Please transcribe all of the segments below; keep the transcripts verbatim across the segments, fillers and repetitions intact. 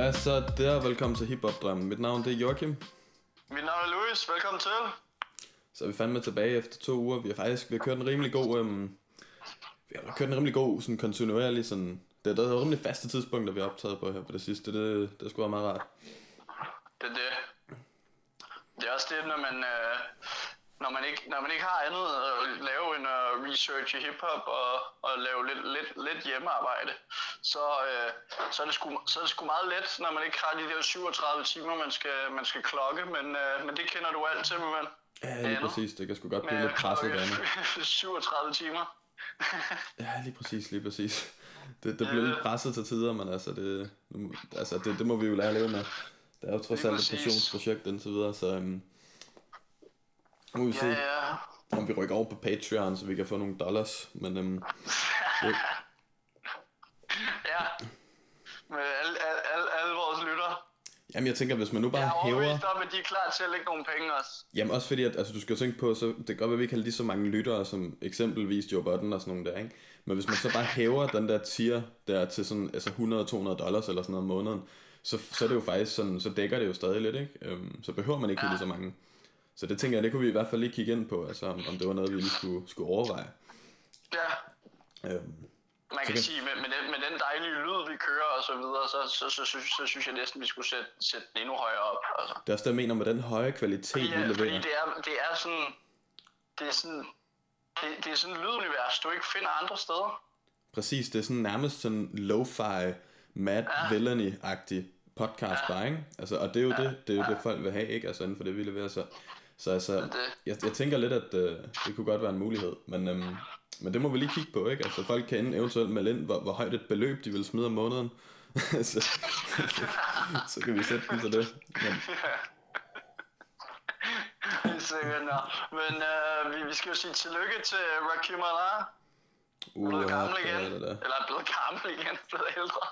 Hvad så der? Velkommen til Hip Hop Drømmen. Mit navn det er Joachim. Mit navn er Louis. Velkommen til. Så er vi fandme tilbage efter to uger. Vi har faktisk vi har kørt en rimelig god øhm, Vi har kørt en rimelig god sådan kontinuerlig sådan. Det er der rimelig faste tidspunkter vi har optaget på her på det sidste. Det det skulle være meget rart. Det er det. Det er også det, når man øh, når man ikke når man ikke har andet at lave end at researche hiphop og og lave lidt lidt lidt hjemmearbejde, så øh, så er det sgu så er det sgu meget let, når man ikke har de der syvogtredive timer man skal man skal klokke, men øh, men det kender du alt til, men Ja, lige præcis. Det kan sgu godt blive lidt presset derinde. syvogtredive timer. Ja, lige præcis, lige præcis. Det det bliver lidt presset til tider, men altså det altså det det må vi jo lære at leve med. Det er jo trods alt et passionsprojekt indtil videre, så um, må vi se, Ja, ja. om vi rykker over på Patreon, så vi kan få nogle dollars. Men um, det, Ja. Med alle alle alle, alle vores lyttere. jamen jeg tænker, hvis man nu bare Jeg er hæver. overbevist om, at de er klar til at lægge nogle penge også. Jamen også fordi, at altså, du skal jo tænke på, så det kan godt være, at vi ikke har lige så mange lyttere, som eksempelvis Joe Budden og sådan nogle der, ikke? Men hvis man så bare hæver den der tier der til sådan, altså hundrede til to hundrede dollars eller sådan noget om måneden, så, så er det jo faktisk sådan, så dækker det jo stadig lidt, ikke? Øhm, så behøver man ikke ja. lige så mange. Så det tænker jeg, det kunne vi i hvert fald lige kigge ind på, altså om, om det var noget, vi lige skulle, skulle overveje. Ja. Øhm, Man kan kan- sige, med, med, den, med den dejlige lyd, vi kører og så videre, så, så, så, så, så synes jeg næsten, vi skulle sætte, sætte den endnu højere op. Altså. det er også det, jeg mener med den høje kvalitet, vi Ja, fordi leverer. det er, det er sådan, det er sådan, det, det er sådan et lydunivers, du ikke finder andre steder. Præcis, det er sådan nærmest sådan lo-fi, Mad Ja. Villainy-agtig podcast Ja. bare, ikke? Altså, og det er jo det, det er jo det folk vil have, ikke? Altså inden for det vi leverer, så så altså, det. jeg, jeg tænker lidt at øh, det kunne godt være en mulighed, men øhm, men det må vi lige kigge på, ikke? Altså folk kan eventuelt melde ind, hvor, hvor højt et beløb de vil smide om måneden. så, så, så kan vi sætte den til det. Men, Sikkert, nå. Men øh, vi, vi skal jo sige tillykke til Rakim Allah. uh, Blevet gammel det er igen. det der. Eller er blevet gammel igen, blevet ældre.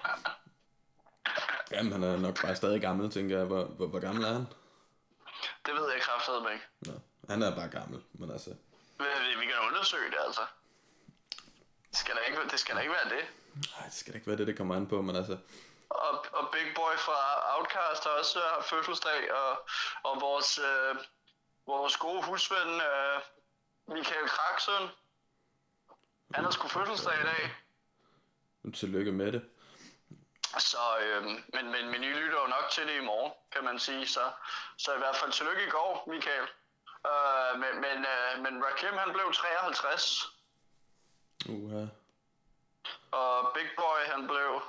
Jamen han er nok bare stadig gammel, tænker jeg. Hvor, hvor, hvor gammel er han? Det ved jeg kraftedeme ikke. Nå, han er bare gammel, men altså. Vi, vi, vi kan undersøge det, altså. Det skal da ikke, det skal da ikke være det. Nej, det skal da ikke være det, det kommer an på, men altså. Og, og Big Boy fra Outkast har også haft fødselsdag, og, og vores, øh, vores gode husven, øh, Michael Kraksøn, han har sgu fødselsdag i dag. Tillykke med det. Så, øh, men, men, men I lytter jo nok til det i morgen, kan man sige. Så, så i hvert fald tillykke i går, Michael. Øh, men men, øh, men Rakim, han blev treoghalvtreds, Uha. og Big Boy, han blev...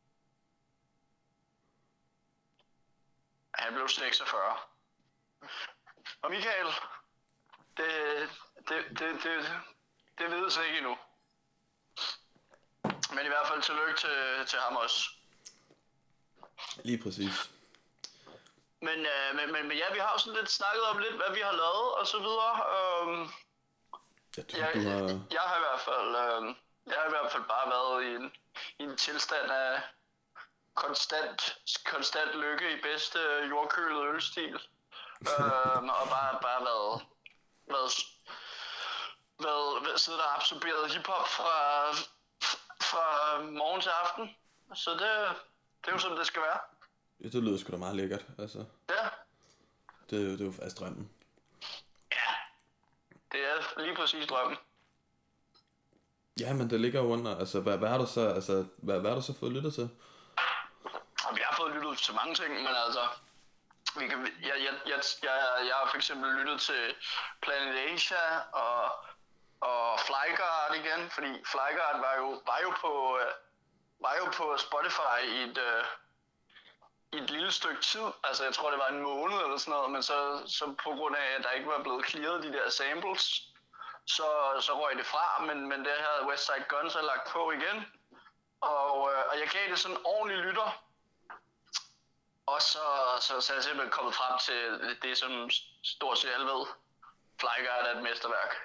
Han blev seksogfyrre. Og Michael, det, det, det, det, det vides ikke endnu. Men i hvert fald tillykke til, til ham også. Lige præcis. Men, øh, men, men, men ja, vi har jo sådan lidt snakket om lidt, hvad vi har lavet og så videre. Øhm, Jeg tror, jeg, du har... jeg har i hvert fald, øh, jeg har i hvert fald bare været i en, i en tilstand af konstant, konstant lykke i bedste jordkølet ølstil. øhm, og bare, bare været, været, været, været siddet og absorberet hiphop fra, fra morgen til aften. Så det, det er jo sådan, det skal være. Ja, det lyder sgu da meget lækkert, altså. Ja. Det, er jo- det er jo faktisk drømmen. Ja. Det er lige præcis drømmen. Ja, men det ligger jo under, altså, hvad, hvad har du så, altså, hvad, hvad har du så fået lyttet til? Og vi har fået lyttet til mange ting, men altså... Vi kan, jeg, jeg, jeg, jeg, jeg har for eksempel lyttet til Planet Asia og, og Flyguard igen, fordi Flyguard var jo, var jo på, øh, var jo på Spotify i et, øh, i et lille stykke tid. Altså jeg tror det var en måned eller sådan noget, men så, så på grund af at der ikke var blevet clearet de der samples, så, så røg det fra, men, men det havde Westside Gunn så lagt på igen. Og, øh, og jeg gav det sådan en ordentlig lytter. Og så, så, så er jeg simpelthen kommet frem til det, som stort set alle ved. Flyguard er et mesterværk.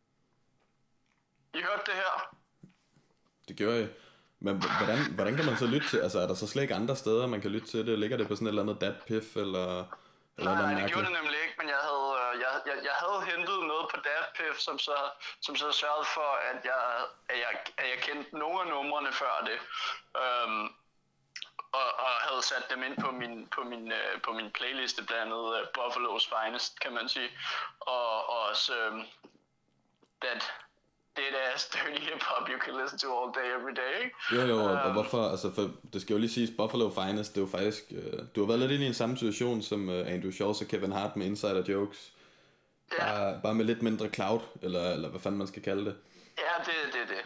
I hørte det her? Det gjorde jeg. Men h- hvordan, hvordan kan man så lytte til, altså er der så slet ikke andre steder, man kan lytte til det? Ligger det på sådan et eller andet DatPiff, eller... eller Nej, noget nej, det gjorde mærkeligt? det nemlig ikke, men jeg havde, øh, jeg, jeg, jeg havde hentet noget på DatPiff, som så, som så sørgede for, at jeg, at jeg, at jeg kendte nogle af numrene før det. Øhm, og, og havde sat dem ind på min, på min, uh, på min playliste, blandt andet uh, Buffalo's Finest, kan man sige. Og, og også um, that dead ass dirty hip hop you can listen to all day every day, ikke? Jo jo, og, Um, og hvorfor, altså for, det skal jo lige siges, Buffalo Finest, det er jo faktisk, øh, du har været lidt inde i en samme situation som øh, Andrew Schulz og Kevin Hart med Insider Jokes. Ja. Bare, bare med lidt mindre cloud, eller, eller hvad fanden man skal kalde det. Ja, det er det, det.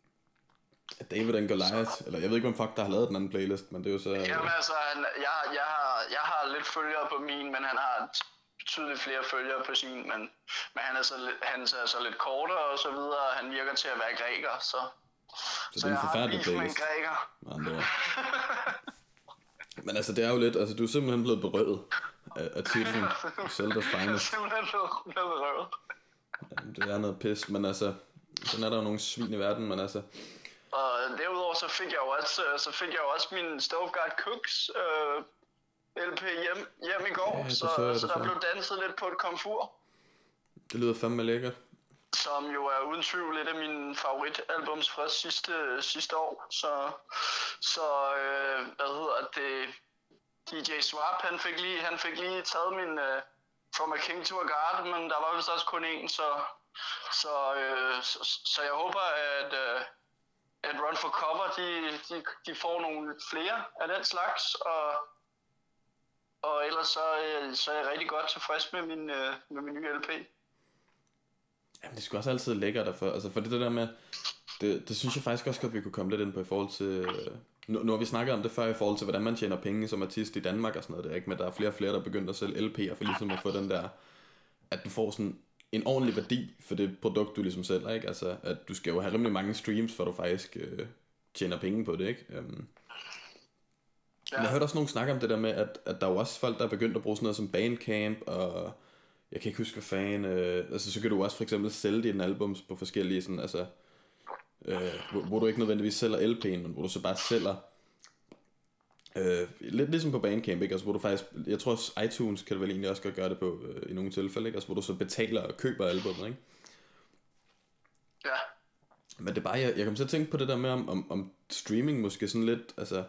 David and Goliath, eller jeg ved ikke, hvem fuck der har lavet den anden playlist, men det er jo så... Jamen altså, han, jeg, jeg, har, jeg har lidt følgere på min, men han har betydeligt flere følgere på sin, men, men han, er så lidt, han er så lidt kortere og så videre, og han virker til at være græker, så... Så, så det er en jeg har forfærdelig beef med en playlist. græker. Man, men altså, det er jo lidt, altså du er simpelthen blevet berøvet af, af titlen Zelda's Finest. Simpelthen blevet berøvet. Det er noget pis, men altså, sådan er der jo nogle svin i verden, men altså... Og derudover så fik jeg jo også, så fik jeg jo også min Stove God Cooks øh, L P hjem, hjem i går, Ja, det så, så jeg, så det der så. blev danset lidt på et komfur, Det lyder fandme lækkert. som jo er uden tvivl et af mine favoritalbums fra sidste, sidste år. Så, så øh, hvad hedder det, D J Swap, han fik lige, han fik lige taget min øh, From a King to a God, men der var vist også kun én, så, så, øh, så, så jeg håber, at... Øh, at Run for Cover, de, de, de får nogle flere af den slags, og, og ellers så, så er jeg rigtig godt tilfreds med min, med min nye L P. Jamen, det er sgu også altid lækkert, for, altså for det der med, det, det synes jeg faktisk også godt, vi kunne komme lidt ind på i forhold til, nu, nu har vi snakket om det før i forhold til, hvordan man tjener penge som artist i Danmark og sådan noget der, ikke? Men der er flere og flere, der er begyndt at sælge L P'er, for ligesom at få den der, at du får sådan en ordentlig værdi for det produkt, du ligesom sælger, ikke? Altså, at du skal jo have rimelig mange streams, for du faktisk øh, tjener penge på det, ikke? Um, ja. Men jeg hørte også nogen snakke om det der med, at, at der er jo også folk, der er begyndt at bruge sådan noget som Bandcamp, og jeg kan ikke huske, hvad fanden, øh, altså så kan du også for eksempel sælge dine albums på forskellige sådan, altså, øh, hvor, hvor du ikke nødvendigvis sælger L P'en, men hvor du så bare sælger, øh, lidt ligesom på Bandcamp, ikke? Altså hvor du faktisk, jeg tror også iTunes kan du vel egentlig også godt gøre det på øh, i nogle tilfælde, ikke? Altså hvor du så betaler og køber albumet, ikke? Ja. Men det er bare, jeg, jeg kom til at tænke på det der med, om, om, om streaming måske sådan lidt, altså,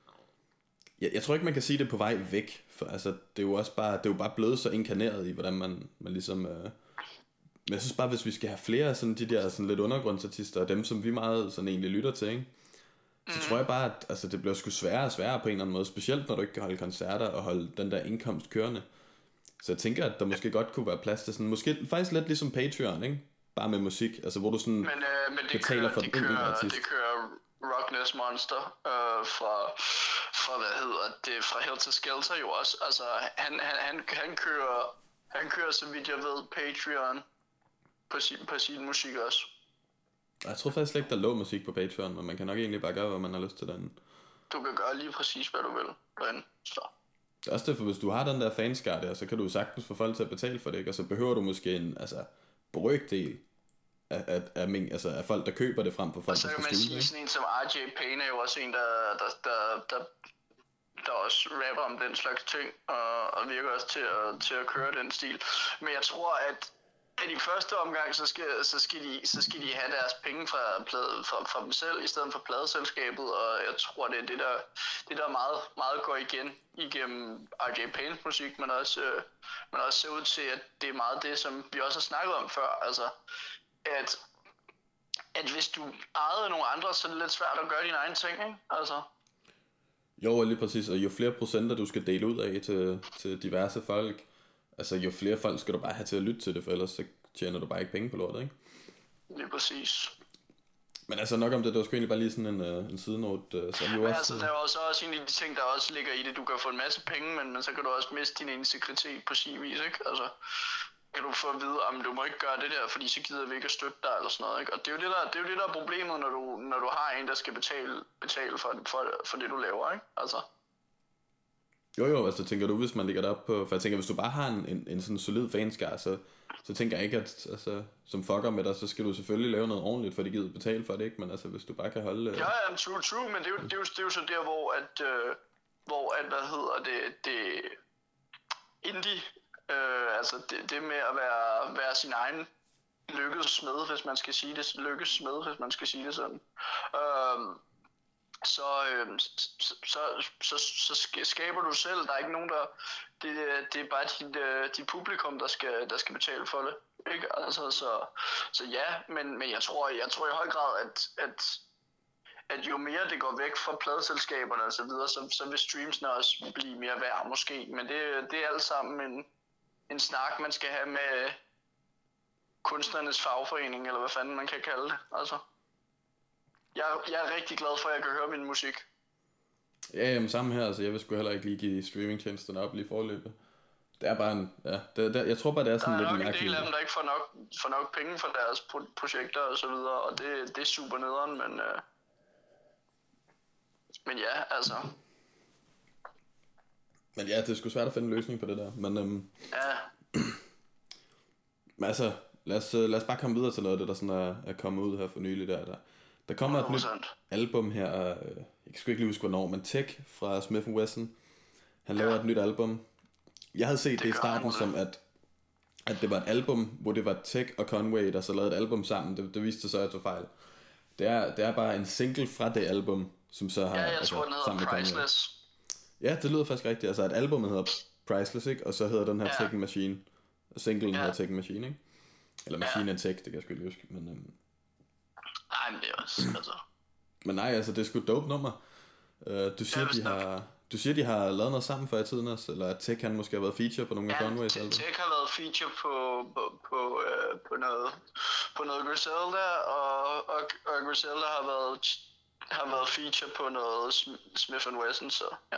jeg, jeg tror ikke, man kan sige det på vej væk, for altså, det er jo også bare, det er jo bare blevet så inkarneret i, hvordan man, man ligesom, øh, men jeg synes bare, hvis vi skal have flere af sådan de der sådan lidt undergrundsartister, og dem, som vi meget sådan egentlig lytter til, ikke? Så tror jeg bare, at altså, det bliver sgu sværere og sværere på en eller anden måde, specielt når du ikke kan holde koncerter og holde den der indkomst kørende. Så jeg tænker, at der måske godt kunne være plads til sådan, måske faktisk lidt ligesom Patreon, ikke? Bare med musik, altså hvor du sådan men, øh, men det betaler kører, for den det enkelte kører, artist. det kører Rockness Monster øh, fra, fra, hvad hedder det, fra Helter Skelter jo også. Altså, han, han, han, han, kører, han kører, så vidt jeg ved, Patreon på sin, på sin musik også. Jeg tror faktisk slet ikke, der lå musik på Patreon, men man kan nok egentlig bare gøre, hvad man har lyst til derinde. Du kan gøre lige præcis, hvad du vil derinde, så. Det er også derfor, hvis du har den der fanskare der, så kan du sagtens få folk til at betale for det, ikke? Og så behøver du måske en, altså, brøkdel af, af, af, af, altså, af folk, der køber det frem for folk, og så der kan skal man streame, sige, sådan en som R J Payne er jo også en, der, der, der, der, der også rapper om den slags ting, og, og virker også til at, til at køre den stil. Men jeg tror, at at i første omgang, så skal, så skal, de, så skal de have deres penge fra, plade, fra, fra dem selv, i stedet for pladeselskabet, og jeg tror, det er det, der, det der meget, meget går igen igennem R J Paynes musik, men også, øh, men også ser ud til, at det er meget det, som vi også har snakket om før, altså, at, at hvis du ejede nogle andre, så er det lidt svært at gøre dine egne ting, ikke? Altså. Jo, lige præcis, og jo flere procenter du skal dele ud af til, til diverse folk, altså jo flere folk skal du bare have til at lytte til det, for ellers så tjener du bare ikke penge på lortet, ikke? Lige præcis. Men altså nok om det, det var sgu egentlig bare lige sådan en, uh, en sidenote, uh, så vi Men også... altså, der er jo også, også en af de ting, der også ligger i det. Du kan få en masse penge, men, men så kan du også miste din integritet på sin vis, ikke? Altså, kan du få at vide, om du må ikke gøre det der, fordi så gider vi ikke at støtte dig, eller sådan noget, ikke? Og det er jo det, der, det er, jo det, der er problemet, når du, når du har en, der skal betale, betale for, for, for det, du laver, ikke? Altså... Jo jo, altså tænker du, hvis man ligger derop på... For jeg tænker, hvis du bare har en, en, en sådan solid fanskare, så, så tænker jeg ikke, at altså, som fucker med dig, så skal du selvfølgelig lave noget ordentligt, for de gider betale for det, ikke? Men altså, hvis du bare kan holde... Ja, ja, true, true, men det er jo, det er jo, det er jo så der, hvor at... Øh, hvor at, hvad hedder det... det indie... Øh, altså det, det med at være, være sin egen lykkes smed, hvis man skal sige det. Lykkes smed, hvis man skal sige det sådan. Øh, så, øh, så, så, så, så skaber du selv. Der er ikke nogen, der... Det, det er bare dit, dit publikum, der skal, der skal betale for det. Ikke? Altså, så, så ja, men, men jeg, tror, jeg tror i høj grad, at, at, at jo mere det går væk fra pladeselskaberne og så videre, så, så vil streamsene også blive mere værd måske. Men det, det er alt sammen en, en snak, man skal have med kunstnernes fagforening, eller hvad fanden man kan kalde det. Altså, jeg, jeg er rigtig glad for, at jeg kan høre min musik. Ja, jamen samme her, altså jeg vil sgu heller ikke lige give streamingtjenesterne op lige forløbet. Det er bare en, ja, det, det, jeg tror bare det er sådan lidt mærkeligt. Der er nok en del af dem, der ikke får nok, får nok penge for deres pro- projekter og så videre, og det, det er super nederen, men, øh, men ja, altså. Men ja, det er sgu svært at finde en løsning på det der, men øhm, ja. Men altså, lad os, lad os bare komme videre til noget af det, der sådan er, er kommet ud her for nylig der. Der, der kommer et nyt album her, øh, jeg kan sgu ikke lige huske hvornår, men Tech fra Smith and Wesson, han laver ja. et nyt album. Jeg havde set det, det i starten som, at, at det var et album, hvor det var Tech og Conway, der så lavede et album sammen. Det, det viste sig så, at det var fejl. Det er, det er bare en single fra det album, som så har... Ja, jeg altså, tror, den hedder Priceless. Ja, det lyder faktisk rigtigt. Altså, at albumet hedder Priceless, ikke? Og så hedder den her ja. Tech Machine. Og singlen ja. hedder Tech Machine, ikke? Eller Machine ja. and Tech, det kan jeg sgu ikke huske. Men, øhm... Nej, men det er også, altså... Men nej, altså, det er sgu et dope nummer. Uh, du siger, de har... Du siger, de har lavet noget sammen før i tiden også, eller at Tech han måske har været feature på nogle ja, af Conways album? Tech har været feature på, på, på, øh, på, noget, på noget Griselda, og, og, og Griselda har været, har været feature på noget Smith and Wesson, så ja.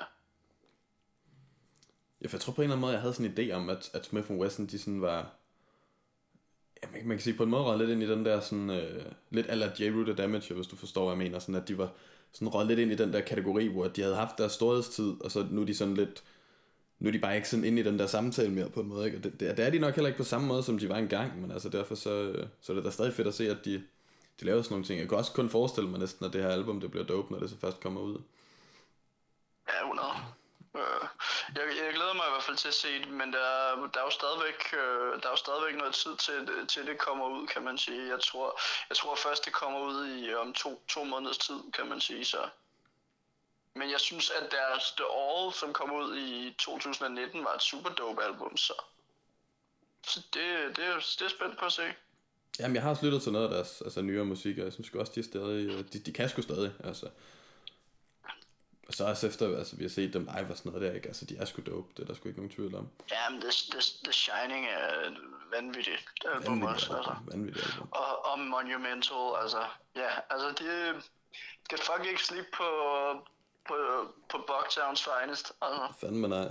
Ja, for jeg tror på en eller anden måde, jeg havde sådan en idé om, at, at Smith and Wesson, de sådan var... Ja, man, man kan sige på en måde ret lidt ind i den der sådan... Øh, lidt a la J-Root og Damage, hvis du forstår, hvad jeg mener. Sådan at de var... sådan røget lidt ind i den der kategori, hvor de havde haft deres storhedstid, og så nu er de sådan lidt, nu er de bare ikke sådan inde i den der samtale mere på en måde, ikke? Og det, det, det er de nok heller ikke på samme måde, som de var engang, men altså derfor så, så er det da stadig fedt at se, at de, de laver sådan nogle ting. Jeg kan også kun forestille mig næsten, at det her album, det bliver dope, når det så først kommer ud. Ja, hundrede. Jeg, jeg glæder mig i hvert fald til at se det, men der, der er jo stadigvæk, der er jo stadigvæk noget tid til, til det kommer ud, kan man sige. Jeg tror, jeg tror først det kommer ud i om to, to måneders tid, kan man sige. Så. Men jeg synes, at deres The All, som kom ud i to tusind nitten, var et super dope album, så, så det, det, er, det er spændt på at se. Jamen, jeg har også lyttet til noget af deres altså, nyere musik, og jeg synes også, de er stadig, de, de kan sgu stadig, altså. Og så også efter, altså vi har set dem live og sådan noget der, ikke? Altså de er sgu dope, det er der sgu ikke nogen tvivl om. Ja, men The, The, The Shining er vanvittigt album vanvittigt også, album, altså. Vanvittigt album. Og, og Monumental, altså, ja, altså de skal fuck ikke slippe på, på, på Bucktowns finest, altså. Fandme nej.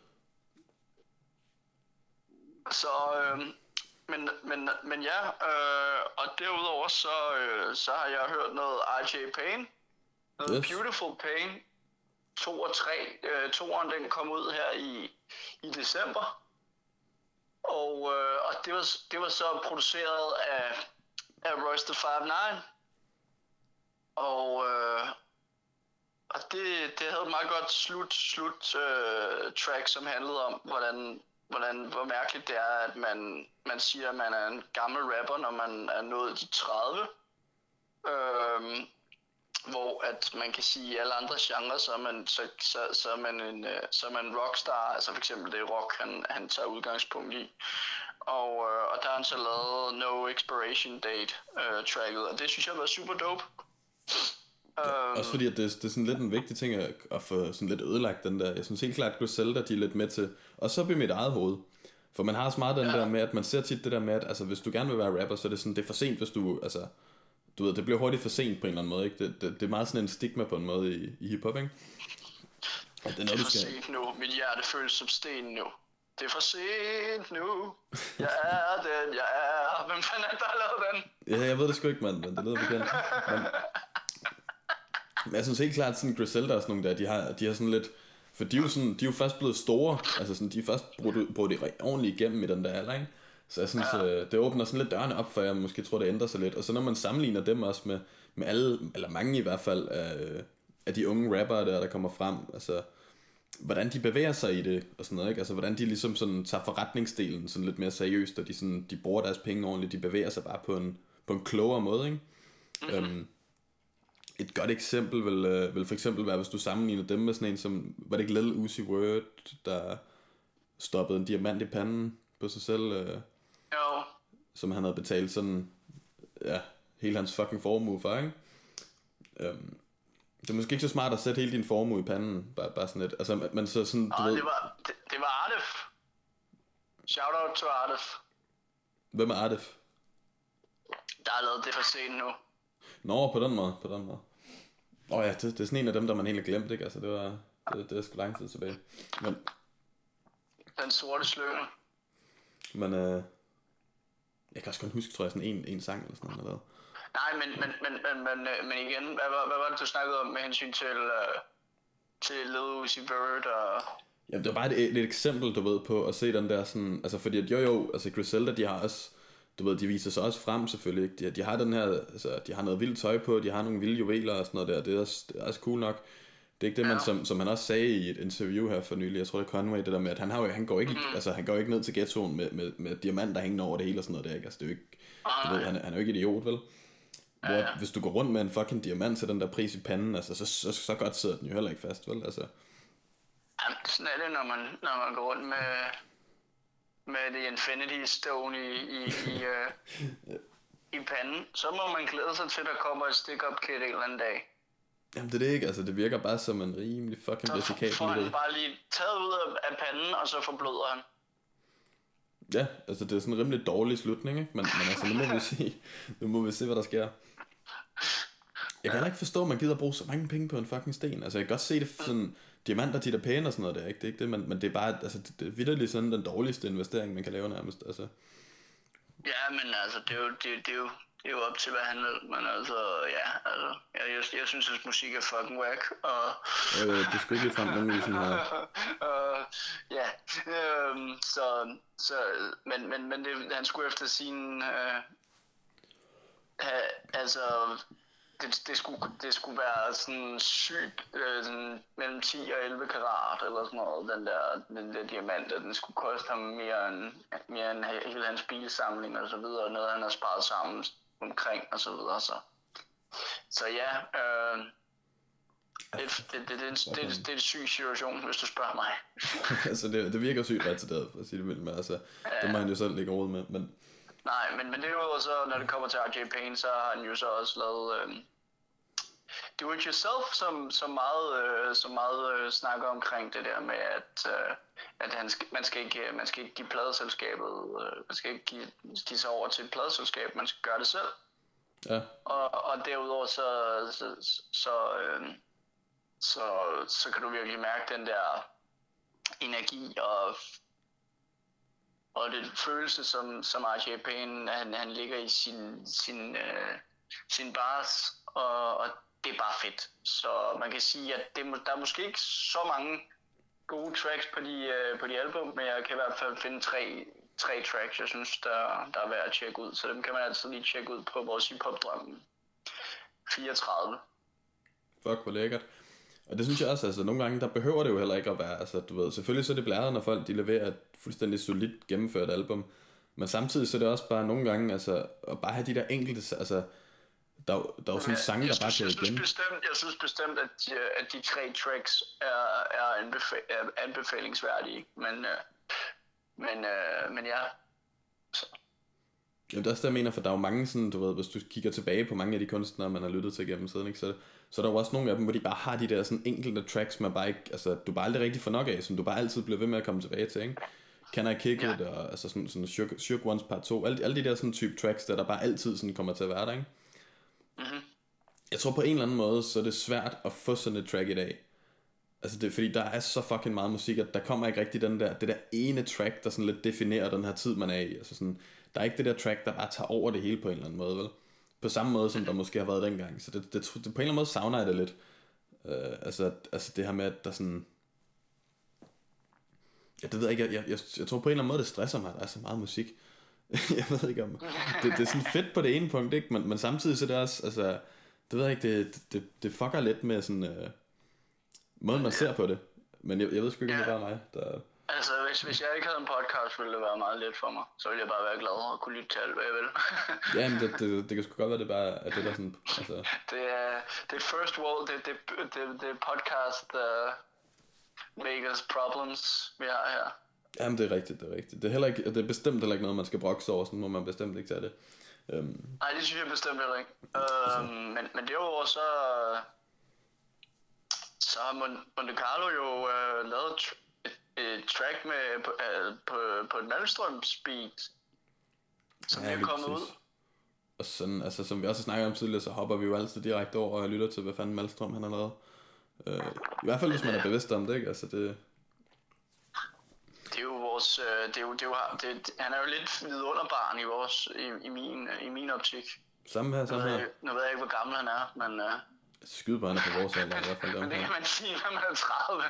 Så, øh, men, men, men ja, øh, og derudover så, øh, så har jeg hørt noget R J Payne, noget yes. Beautiful Pain, to og tre. Øh, toeren den kom ud her i, i december. Og, øh, og det, var, det var så produceret af, af Royce da five nine. Og, øh, og det, det havde et meget godt slut, slut øh, track, som handlede om, hvordan, hvordan, hvor mærkeligt det er, at man, man siger, at man er en gammel rapper, når man er nået de tredive. Øh, hvor at man kan sige i alle andre genrer, så er man, så, så, så er man en så er man en rockstar, altså for eksempel det rock, han, han tager udgangspunkt i. Og, øh, og der har han så lavet No Expiration Date øh, tracket, og det synes jeg var super dope. Ja, um, også fordi at det, det er sådan lidt en vigtig ting at, at få sådan lidt ødelagt den der. Jeg synes helt klart, at Griselda, de er lidt med til, og så bliver mit eget hoved. For man har så meget den ja. der med, at man ser tit det der med, at altså, hvis du gerne vil være rapper, så er det sådan, det er for sent, hvis du, altså, du ved, det bliver hurtigt for sent på en eller anden måde, ikke? Det, det, det er meget sådan en stigma på en måde i, i hiphop, ikke? Ja, det er, det er for skal... sent nu. Mit hjerte føles som sten nu. Det er for sent nu. Jeg er den, jeg er. Hvem fanden er der har lavet den? Ja, jeg ved det sgu ikke, mand, men det lyder bekendt. Men, men jeg synes helt klart, sådan Griselda og sådan nogle der, de har, de har sådan lidt... For de er jo, sådan, de er jo først blevet store, altså sådan, de er først brugt, brugt det ordentligt igennem i den der alder, ikke? Så jeg synes, ja. øh, det åbner sådan lidt dørene op, for jeg måske tror, det ændrer sig lidt. Og så når man sammenligner dem også med, med alle, eller mange i hvert fald, af, af de unge rappere der, der kommer frem, altså, hvordan de bevæger sig i det, og sådan noget, ikke? Altså, hvordan de ligesom sådan tager forretningsdelen sådan lidt mere seriøst, og de, sådan, de bruger deres penge ordentligt, de bevæger sig bare på en, på en klogere måde, ikke? Mm-hmm. Øhm, Et godt eksempel vil, øh, vil for eksempel være, hvis du sammenligner dem med sådan en som, var det ikke Lil Uzi Vert, der stoppede en diamant i panden på sig selv, øh, Jo. som han havde betalt sådan, ja, hele hans fucking formue for, ikke? Øhm, det er måske ikke så smart at sætte hele din formue i panden, bare, bare sådan lidt, altså, men så sådan, du Og ved... det var, det, det var Artif. Shout out to Artif. Hvem er Artif? Der har lavet det for scenen nu. Nå, på den måde, på den måde. Åh oh ja, det, det er sådan en af dem, der man helt har glemt, ikke? Altså, det var, det, det er sgu lang tid tilbage. Men, Den sorte slynge. men øh, jeg kan også kun huske, tror jeg, sådan en, en sang eller sådan noget, eller hvad. Nej, men, men, men, men, men, øh, men igen, hvad, var- hvad var det, du snakkede om med hensyn til, uh, til Lil Uzi Vert og... Jamen, det var bare et, et eksempel, du ved, på at se den der sådan... Altså, fordi at jo jo, altså Griselda, de har også... Du ved, de viser sig også frem, selvfølgelig, ikke? De, de har den her... Altså, de har noget vildt tøj på, de har nogle vilde juveler og sådan noget der. Det er også, det er også cool nok. Det er ikke det, man, som, som han også sagde i et interview her for nylig, jeg tror det er Conway, det der med, at han, har jo, han, går ikke, mm-hmm. altså, han går ikke ned til ghettoen med, med, med diamanter hængende over det hele og sådan noget der, ikke? Altså, det er jo ikke... Du ved, han, han er jo ikke idiot, vel? Hvor, ja, ja. Hvis du går rundt med en fucking diamant til den der pris i panden, altså, så, så, så godt sidder den jo heller ikke fast, vel? Altså... Jamen, sådan er det, når man, når man går rundt med, med The Infinity Stone i, i, i, uh, i panden. Så må man glæde sig til, at der kommer et stick-up kit en eller anden dag. Jamen, det er det ikke, altså, det virker bare som en rimelig fucking risikabel idé. Så får han bare lige taget ud af, af panden, og så forbløder han. Ja, altså, det er sådan en rimelig dårlig slutning, ikke? Men, men altså, nu må vi se, nu må vi se, hvad der sker. Jeg kan heller ikke forstå, at man gider at bruge så mange penge på en fucking sten. Altså, jeg kan godt se det sådan... Diamanter, de der pæne og sådan noget der, ikke? Det er ikke det, men, men det er bare, altså, det, det er vitterligt sådan den dårligste investering, man kan lave nærmest, altså. Ja, men altså, det er jo, det, det er jo, det er jo op til, hvad han vil, men altså, ja, altså, jeg, jeg, jeg synes, at musik er fucking whack, og... Øh, det skulle ikke frem nogen sådan her. uh, ja, øhm, så, så, men, men, men det, han skulle efter sin, øh, ha, altså... Det, det, skulle, det skulle være sådan sygt, øh, sådan mellem ti og elleve karat eller sådan noget, den der, den der diamant, den skulle koste ham mere end, mere end hele hans bilsamling og så videre, noget han har sparet sammen omkring og så videre, så. Så ja, øh, det, det, det, det, det, det, det, det er en syg situation, hvis du spørger mig. Altså, det, det virker sygt retarderet, for at sige det vildt, men altså, ja. Det må han jo selv lægge råd med, men... Nej, men, men det er jo så, når det kommer til R J Payne, så har han jo så også lavet øh, Do It Yourself, som, som meget, øh, som meget øh, snakker omkring det der med, at, øh, at han skal, man, skal ikke, man skal ikke give pladeselskabet, øh, man skal ikke give, give sig over til et pladeselskab, man skal gøre det selv. Ja. Og, og derudover så, så, så, øh, så, så kan du virkelig mærke den der energi og og den følelse, som, som R J Payne, han, han ligger i sin, sin, øh, sin bars, og, og det er bare fedt. Så man kan sige, at det, der er måske ikke så mange gode tracks på de, øh, på de album, men jeg kan i hvert fald finde tre, tre tracks, jeg synes, der, der er værd at tjekke ud. Så dem kan man altid lige tjekke ud på vores hiphop-drøm fireogtredive. Fuck, hvor lækkert. Og det synes jeg også, altså nogle gange, der behøver det jo heller ikke at være, altså du ved, selvfølgelig så er det blæret, når folk de leverer et fuldstændig solidt gennemført album, men samtidig så er det også bare nogle gange, altså at bare have de der enkelte, altså der, der er jo sådan en sang, der bare bliver igen. Jeg bestemt, jeg synes bestemt, at de, at de tre tracks er, er, anbefal, er anbefalingsværdige, men, øh, men, øh, men ja, så. Jamen det er også det, jeg mener, for der er jo mange sådan, du ved, hvis du kigger tilbage på mange af de kunstnere, man har lyttet til gennem tiden, ikke, så, så er der jo også nogle af dem, hvor de bare har de der sådan enkelte tracks, man bare ikke, altså du bare aldrig rigtig får nok af, som du bare altid bliver ved med at komme tilbage til, ikke? Can I Kick It, ja. Og altså sådan, sådan Shook, Shook Ones Part to, alle, alle de der sådan type tracks, der, der bare altid sådan kommer til at være der, ikke? Mm-hmm. Jeg tror på en eller anden måde, så er det svært at få sådan et track i dag. Altså det, fordi der er så fucking meget musik, at der kommer ikke rigtig den der, det der ene track, der sådan lidt definerer den her tid, man er i. Altså sådan, der er ikke det der track, der bare tager over det hele på en eller anden måde, vel? På samme måde, som der måske har været dengang. Så det, det, det, på en eller anden måde savner jeg det lidt. Uh, altså, altså det her med, at der sådan... Ja, det ved jeg ikke, jeg, jeg, jeg, jeg tror på en eller anden måde, det stresser mig, at der er så meget musik. Jeg ved ikke om... Det, det er sådan fedt på det ene punkt, ikke? Men, men samtidig så er det også, altså... Det ved jeg ikke, det, det, det fucker lidt med sådan... Uh, måden man ser på det. Men jeg, jeg ved sgu ikke, om det er bare mig, der... Altså, hvis, hvis jeg ikke havde en podcast, ville det være meget let for mig. Så ville jeg bare være glad og kunne lytte til alt, hvad jeg vil. Ja, men det, det, det kan sgu godt være, det bare er det, der sådan, altså... Det er, det er first world, det, det, det, det er podcast, uh, makers problems, vi har her. Jamen, det er rigtigt, det er rigtigt. Det er, heller ikke, det er bestemt heller ikke noget, man skal brokse over, sådan må man bestemt ikke tage det. Um... Nej, det synes jeg bestemt heller ikke. Uh, altså... men, men derudover så... Så har Monte Carlo jo uh, lavet et, et track med, på, uh, på, på et Malmstrøms beat, som ja, er kommet ud. Og sådan, altså, som vi også snakker om tidligere, så hopper vi jo altid direkte over og lytter til, hvad fanden Malmstrøm han har lavet. Uh, I hvert fald, hvis man er bevidst om det, ikke? Altså, det... Det er jo vores, det er jo, det er jo, det, han er jo lidt vidunderbarn i vores, i, i min, i min optik. Samme her, samme her. Nu ved jeg ikke, hvor gammel han er, men... Uh... Skyde på, han er på vores alder i hvert fald. Men det kan man sige, når man er tredive.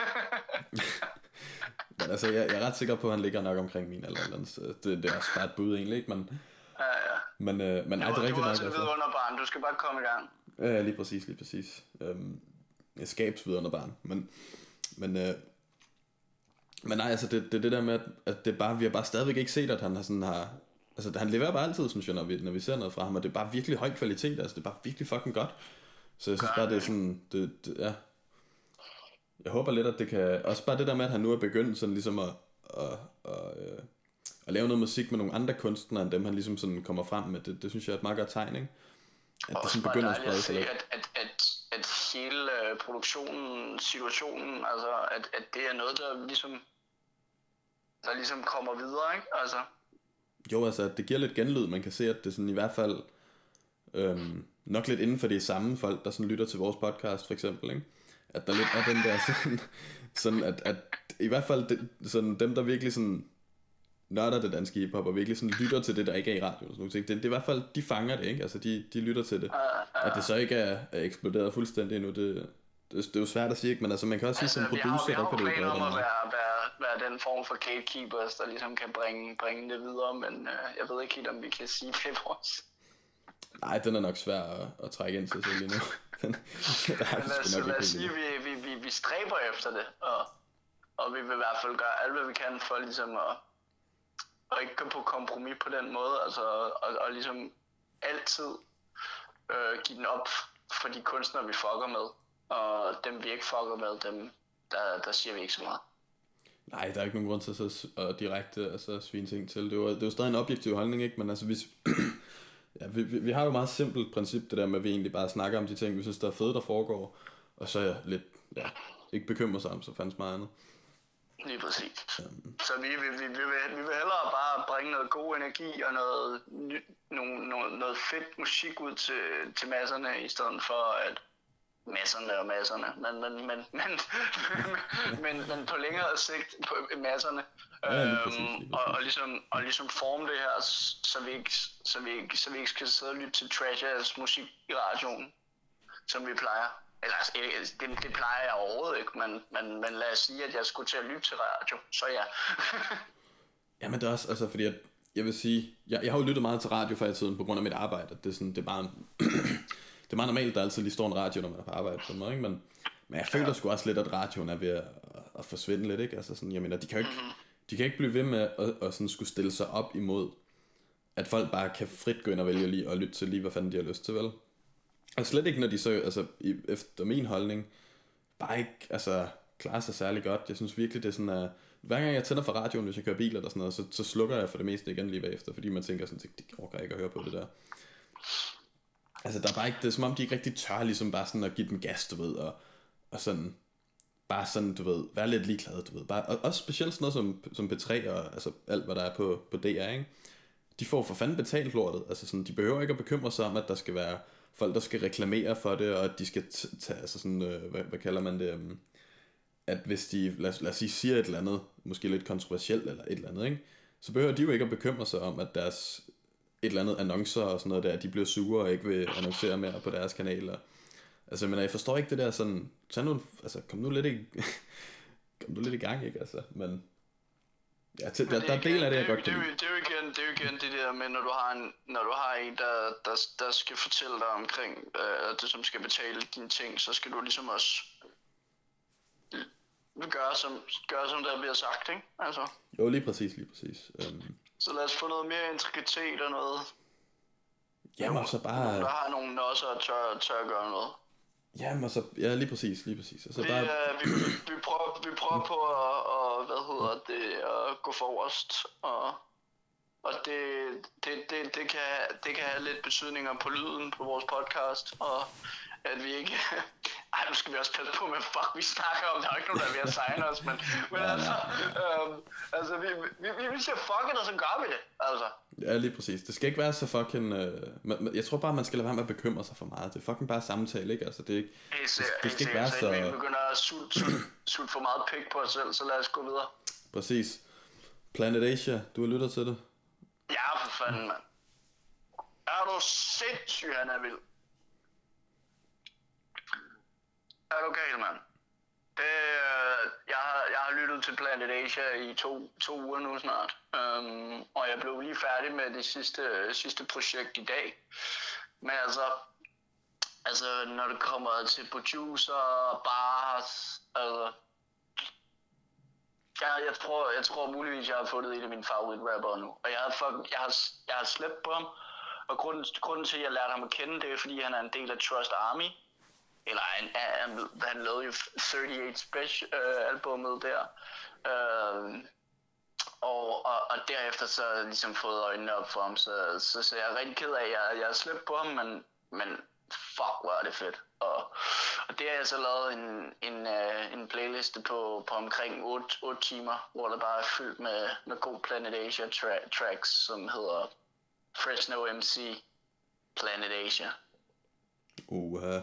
Men altså, jeg, jeg er ret sikker på, at han ligger nok omkring min alder. Så det, det er også bare et bud egentlig, ikke? Men, ja, ja. Men, øh, men ej, det er rigtigt nok. Du er også et vidunderbarn, du skal bare komme i gang. Ja, lige præcis, lige præcis. Øhm, jeg skabs vidunderbarn. Men, men, øh, men nej, altså, det, det er det der med, at, at det bare, vi har bare stadigvæk ikke set, at han har sådan har... Altså, han leverer bare altid, synes jeg, når vi, når vi ser noget fra ham, og det er bare virkelig høj kvalitet, altså, det er bare virkelig fucking godt. Så jeg synes bare, det er sådan, det, det, ja. Jeg håber lidt, at det kan, også bare det der med, at han nu er begyndt sådan ligesom at, at, at, at, at lave noget musik med nogle andre kunstnere, end dem han ligesom sådan kommer frem med, det, det synes jeg er et meget godt tegn, ikke? At det sådan begynder at sprede sig lidt. At, at, at, at hele produktionen, situationen, altså, at, at det er noget, der ligesom, der ligesom kommer videre, ikke? Altså. Jo, altså, det giver lidt genlyd, man kan se, at det sådan i hvert fald, øhm, nok lidt inden for de samme folk, der sådan lytter til vores podcast, for eksempel, ikke? At der lidt er den der sådan, sådan at, at i hvert fald det, sådan, dem, der virkelig sådan nørder det danske hiphop, og virkelig sådan lytter til det, der ikke er i radio, sådan noget, det, det er i hvert fald, de fanger det, ikke? Altså, de, de lytter til det. At det så ikke er, er eksploderet fuldstændig endnu, det, det, det er jo svært at sige, ikke? Men altså, man kan også altså, sige, som producer, der kan du jo gøre det. Vi har jo planer om at være, være, være den form for gatekeepers, der ligesom kan bringe, bringe det videre, men øh, jeg ved ikke helt, om vi kan sige det vores. Nej, den er nok svær at, at trække ind til sig lige nu. Den, der er Men lad os, lad os sige, at vi, vi, vi, vi stræber efter det, og, og vi vil i hvert fald gøre alt, hvad vi kan for ligesom at, at ikke gå på kompromis på den måde, altså og, og ligesom altid øh, give den op for de kunstnere, vi fucker med, og dem vi ikke fucker med, dem der, der siger vi ikke så meget. Nej, der er ikke nogen grund til at, at direkte altså, svine ting til. Det er, jo, det er jo stadig en objektiv holdning, ikke? Men altså hvis... Ja, vi, vi, vi har jo et meget simpelt princip, det der med, at vi egentlig bare snakker om de ting, vi synes, der er fede, der foregår, og så er jeg lidt, ja, ikke bekymrer sig om, så fandt meget andet. Lige præcis. Um. Så vi, vi, vi, vi, vil, vi vil hellere bare bringe noget god energi og noget, noget, noget, noget fedt musik ud til, til masserne, i stedet for at masserne og masserne, men, men, men, men, men, men på længere sigt på masserne. Ja, lige præcis, lige præcis. Øhm, og, og, ligesom, og ligesom forme det her, så vi ikke, så vi ikke, så vi ikke skal sidde og lytte til trash ass musik i radioen, som vi plejer. Eller det, det plejer jeg overhovedet ikke, men, men, men lad os sige, at jeg skulle til at lytte til radio, så ja. Jamen det er også, altså fordi at, jeg vil sige, jeg, jeg har jo lyttet meget til radio før i tiden på grund af mit arbejde, at det er sådan, det er bare en, det er meget normalt, at der altid lige står en radio, når man er på arbejde på den måde, ikke? Men, men jeg føler sgu også lidt, at radioen er ved at, at forsvinde lidt, ikke? Altså sådan, jeg mener, de kan jo ikke, mm-hmm. de kan ikke blive ved med at, at sådan skulle stille sig op imod, at folk bare kan frit gå ind og vælge lige og lytte til lige, hvad fanden de har lyst til, vel? Og slet ikke, når de så, altså i, efter min holdning, bare ikke, altså, klarer sig særlig godt. Jeg synes virkelig, det er sådan, at hver gang jeg tænder for radioen, hvis jeg kører bil eller sådan noget, så, så slukker jeg for det meste igen lige bagefter, fordi man tænker sådan, det orker jeg ikke at høre på det der. Altså, der er bare ikke, det er som om, de ikke rigtig tør ligesom bare sådan at give den gas, du ved, og, og sådan, bare sådan, du ved, være lidt ligeglad, du ved. Bare, og også specielt sådan noget som, som P tre og altså alt, hvad der er på, på D R, ikke? De får for fanden betalt lortet. Altså sådan, de behøver ikke at bekymre sig om, at der skal være folk, der skal reklamere for det, og at de skal tage, altså sådan, øh, hvad, hvad kalder man det, um, at hvis de, lad, lad os sige, siger et eller andet, måske lidt kontroversielt eller et eller andet, ikke? Så behøver de jo ikke at bekymre sig om, at deres et eller andet annoncer og sådan noget der, de bliver sure og ikke vil annoncere mere på deres kanaler. Altså, men jeg forstår ikke det der sådan, tag nu, altså, kom nu lidt i, kom nu lidt i gang, ikke, altså, men, ja, til, der, der er del af det, jeg godt kan lide. Det er jo igen, det er jo igen det der med, når du har en, når du har en, der, der, der skal fortælle dig omkring, øh, det som skal betale dine ting, så skal du ligesom også vi gør som, gør som der bliver sagt, ikke? Altså. Jo, lige præcis, lige præcis. Um... Så lad os få noget mere integritet og noget. Jamen, så bare... Nogen, der har nogen også og tør, tør at gøre noget. Jamen, så... Ja, lige præcis, lige præcis. Altså, vi, bare... øh, vi, vi, prøver, vi prøver på at, og, hvad hedder det, at gå forrest, og, og det, det, det, det, kan, det kan have lidt betydninger på lyden på vores podcast, og at vi ikke... Ej, nu skal vi også passe på med, fuck, vi snakker om, der er ikke nogen, der er ved at signe os, men, men altså, øhm, altså, vi, vi, vi, vi siger fuck it, og så gør vi det, altså. Ja, lige præcis. Det skal ikke være så fucking... Øh, man, jeg tror bare, man skal lade være med at bekymre sig for meget. Det er fucking bare samtale, ikke? Altså, det er ikke... Hey, ser, det, det skal hey, ikke være så... så... Vi begynder at sutte sut, sut for meget pik på os selv, så lad os gå videre. Præcis. Planet Asia, du har lyttet til det? Ja, for fanden, mand. Er du sindssyg, han er vild. Er du galt, mand? Det, øh, jeg, har, jeg har lyttet til Planet Asia i to, to uger nu snart, um, og jeg blev lige færdig med det sidste, sidste projekt i dag. Men altså, altså når det kommer til producer, bars, altså, jeg, jeg, tror, jeg tror muligvis, jeg har fundet en af mine favoritrapper nu, og jeg har, fuck, jeg har, jeg har slæbt på ham, og grunden, grunden til, at jeg lærte ham at kende, det er, fordi han er en del af Trust Army. Eller han, han, han lavede jo thirty-eight Special øh, albumet der. Øh, og, og, og derefter så har jeg ligesom fået øjnene op for ham, så, så, så jeg er rigtig ked af, at jeg, jeg har slæbt på ham, men, men fuck, hvor er det fedt. Og, og det har jeg så lavet en, en, uh, en playliste på, på omkring otte timer, hvor der bare er fyldt med, med god Planet Asia tra- tracks, som hedder Fresno M C Planet Asia. Uh,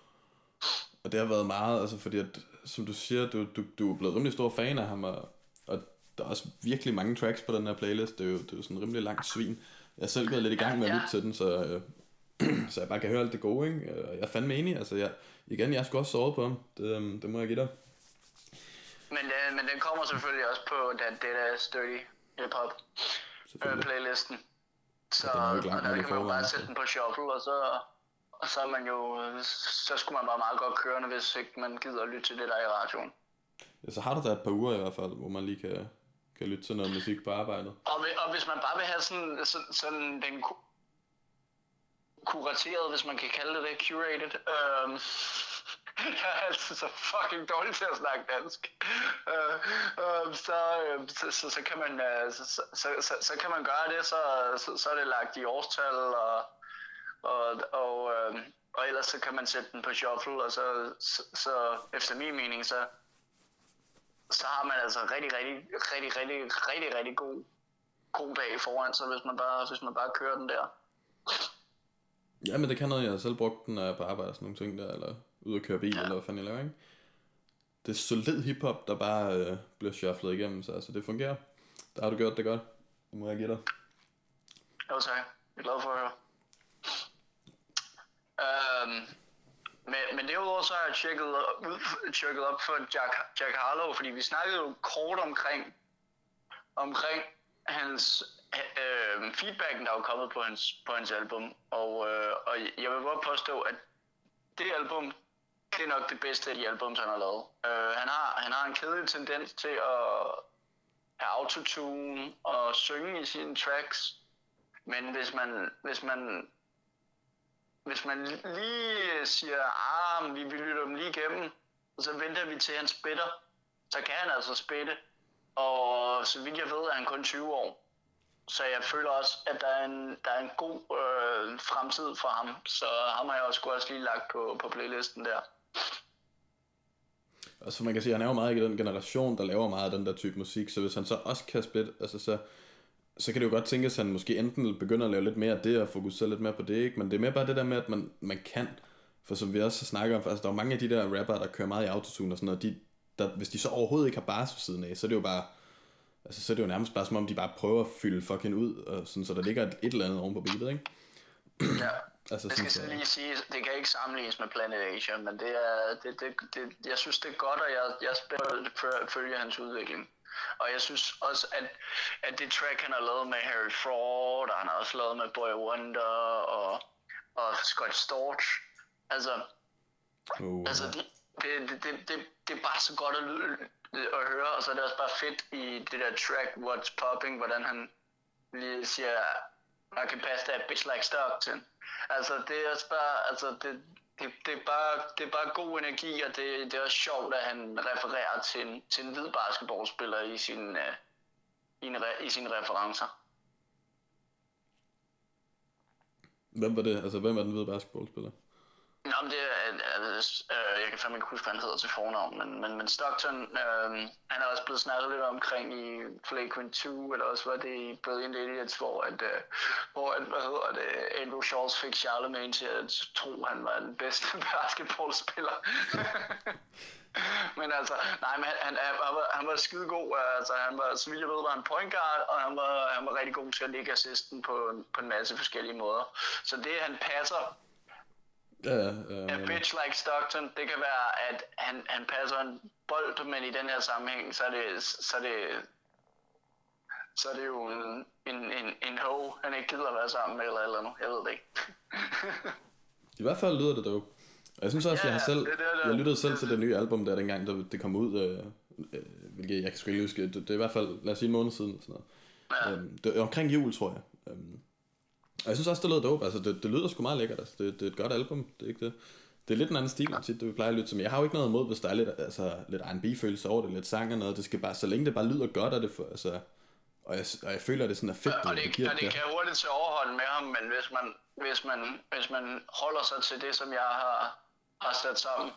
og det har været meget, altså fordi at, som du siger, du, du, du er blevet rimelig stor fan af ham, og, og der er også virkelig mange tracks på den her playlist. Det er jo, det er jo sådan en rimelig langt svin. Jeg er selv gået lidt i gang med at lytte til den, så, øh, så jeg bare kan høre alt det gode, ikke? Jeg er fandme enig, altså jeg, igen, jeg skulle også sove på ham, det, øh, det må jeg give dig. Men, øh, men den kommer selvfølgelig også på den Data Sturdy Hip Hop øh, playlisten. Så ja, og der kan man jo bare sætte den på shuffle, og så, og så er man jo, så skulle man bare meget godt kørende, hvis ikke man gider at lytte til det der i radioen. Ja, så har du da et par uger i hvert fald, hvor man lige kan, kan lytte til noget musik på arbejdet. Og, og hvis man bare vil have sådan, sådan, sådan den ku- kurateret, hvis man kan kalde det det, curated, øhm, jeg er altid så fucking dårlig til at snakke dansk. Øh, øh, så, øh, så, så, så, kan man, øh, så, så, så, så kan man gøre det, så, så, så er det lagt i årstal, og, og, og, øh, og ellers så kan man sætte den på shuffle, og så, så, så efter min mening, så, så har man altså rigtig, rigtig, rigtig, rigtig, rigtig, rigtig god, god dag foran sig, hvis man bare, hvis man bare kører den der. Ja, men det kan noget, jeg har selv brugt den, når jeg er på arbejde og sådan nogle ting der, eller ude at køre bil, ja. Eller hvad fanden jeg laver, ikke? Det er solid hiphop, der bare øh, bliver shufflet igennem, så altså, det fungerer. Der har du gjort det godt. Det må jeg give dig. Jo, tak. Jeg er glad for at høre. Øhm, men, men derudover så har jeg tjekket, ud, tjekket op for Jack, Jack Harlow, fordi vi snakkede jo kort omkring, omkring hans øh, feedbacken, der er kommet på hans, på hans album. Og, øh, og jeg vil godt påstå, at det album, det er nok det bedste af de albums, han har lavet. Øh, han, har, han har en kedelig tendens til at have autotune og synge i sine tracks. Men hvis man, hvis man, hvis man lige siger, ah, vi, vi lytter dem lige igennem, og så venter vi til han spiller, så kan han altså spille. Og så vidt jeg ved, er han kun tyve år. Så jeg føler også, at der er en, der er en god øh, fremtid for ham. Så ham har jeg også, også lige lagt på, på playlisten der. Altså man kan sige, at han er jo meget i den generation, der laver meget af den der type musik. Så hvis han så også kan spille, altså så, så kan det jo godt tænkes, at han måske enten begynder at lave lidt mere af det, og fokusere lidt mere på det, ikke? Men det er mere bare det der med, at man, man kan. For som vi også snakker om, altså der er mange af de der rappere, der kører meget i autotune og sådan noget, de, der, hvis de så overhovedet ikke har bars ved siden af, så er det jo bare, altså så er det jo nærmest bare som om, de bare prøver at fylde fucking ud, og sådan, så der ligger et, et eller andet oven på beatet, ikke? Ja, altså, det skal sådan, lige sige, det kan ikke sammenlignes med Planet Asia, men det er, det, det, det, jeg synes det er godt, og jeg, jeg er spændt på at følge hans udvikling. Og jeg synes også, at, at det track, han har lavet med Harry Fraud, og han har også lavet med Boy Wonder og, og Scott Storch, altså, uh, altså det, det, det, det, det er bare så godt at lytte, at høre, og så er det også bare fedt i det der track What's Popping, hvordan han lige siger, I can pass that bitch like Stockton. Altså det er også bare, altså det, det, det, er bare, det er bare god energi, og det, det er også sjovt, at han refererer til en, til en hvid basketballspiller i, sin, uh, i, en, i sine referencer. Hvem var det? Altså, hvem var den hvide basketballspiller? Nå, men det er, øh, jeg kan fandme ikke huske, hvad han hedder til fornavn, men, men, men Stockton, øh, han er også blevet snakket lidt omkring i Flagrant to, eller også var det i Brilliant Idiots, hvor, at, øh, hvor at, hvad hedder det, Andrew Schultz fik Charlemagne til at tro, han var den bedste basketballspiller. Men altså, nej, men han, han, han, var, han var skide god, altså han var, så vidt jeg ved, var han point guard, og han var, han var rigtig god til at lægge assisten på, på en masse forskellige måder. Så det, han passer, Ja, ja, ja, a bitch like Stockton, det kan være, at han, han passer en bold, men i den her sammenhæng, så er det, så er det, så er det jo en, en, en, en ho, han ikke gider at være sammen med, eller eller andet, jeg ved det ikke. I hvert fald lyder det dope. Og jeg synes også, ja, jeg har selv, det, det, det, jeg lyttede selv til det nye album der, dengang der, det kom ud, øh, øh, hvilket jeg kan sgu ikke huske, det, det er i hvert fald, lad os sige en måned siden, sådan noget. Ja. Øhm, det er omkring jul, tror jeg. Øhm, og jeg synes også, det lyder dope, altså det, det lyder sgu meget lækkert, altså det, det er et godt album, det er ikke det. Det er lidt en anden stil, end tit, det vi plejer at lytte til, men jeg har jo ikke noget imod, hvis der er lidt, altså, lidt R and B-følelse over det, lidt sang og noget, det skal bare, så længe det bare lyder godt af det, for, altså, og jeg, og jeg føler, at det sådan er fedt, og det, det, det giver og det, det kan hurtigt til overhold med ham, men hvis man, hvis man, hvis man holder sig til det, som jeg har, har sat sammen,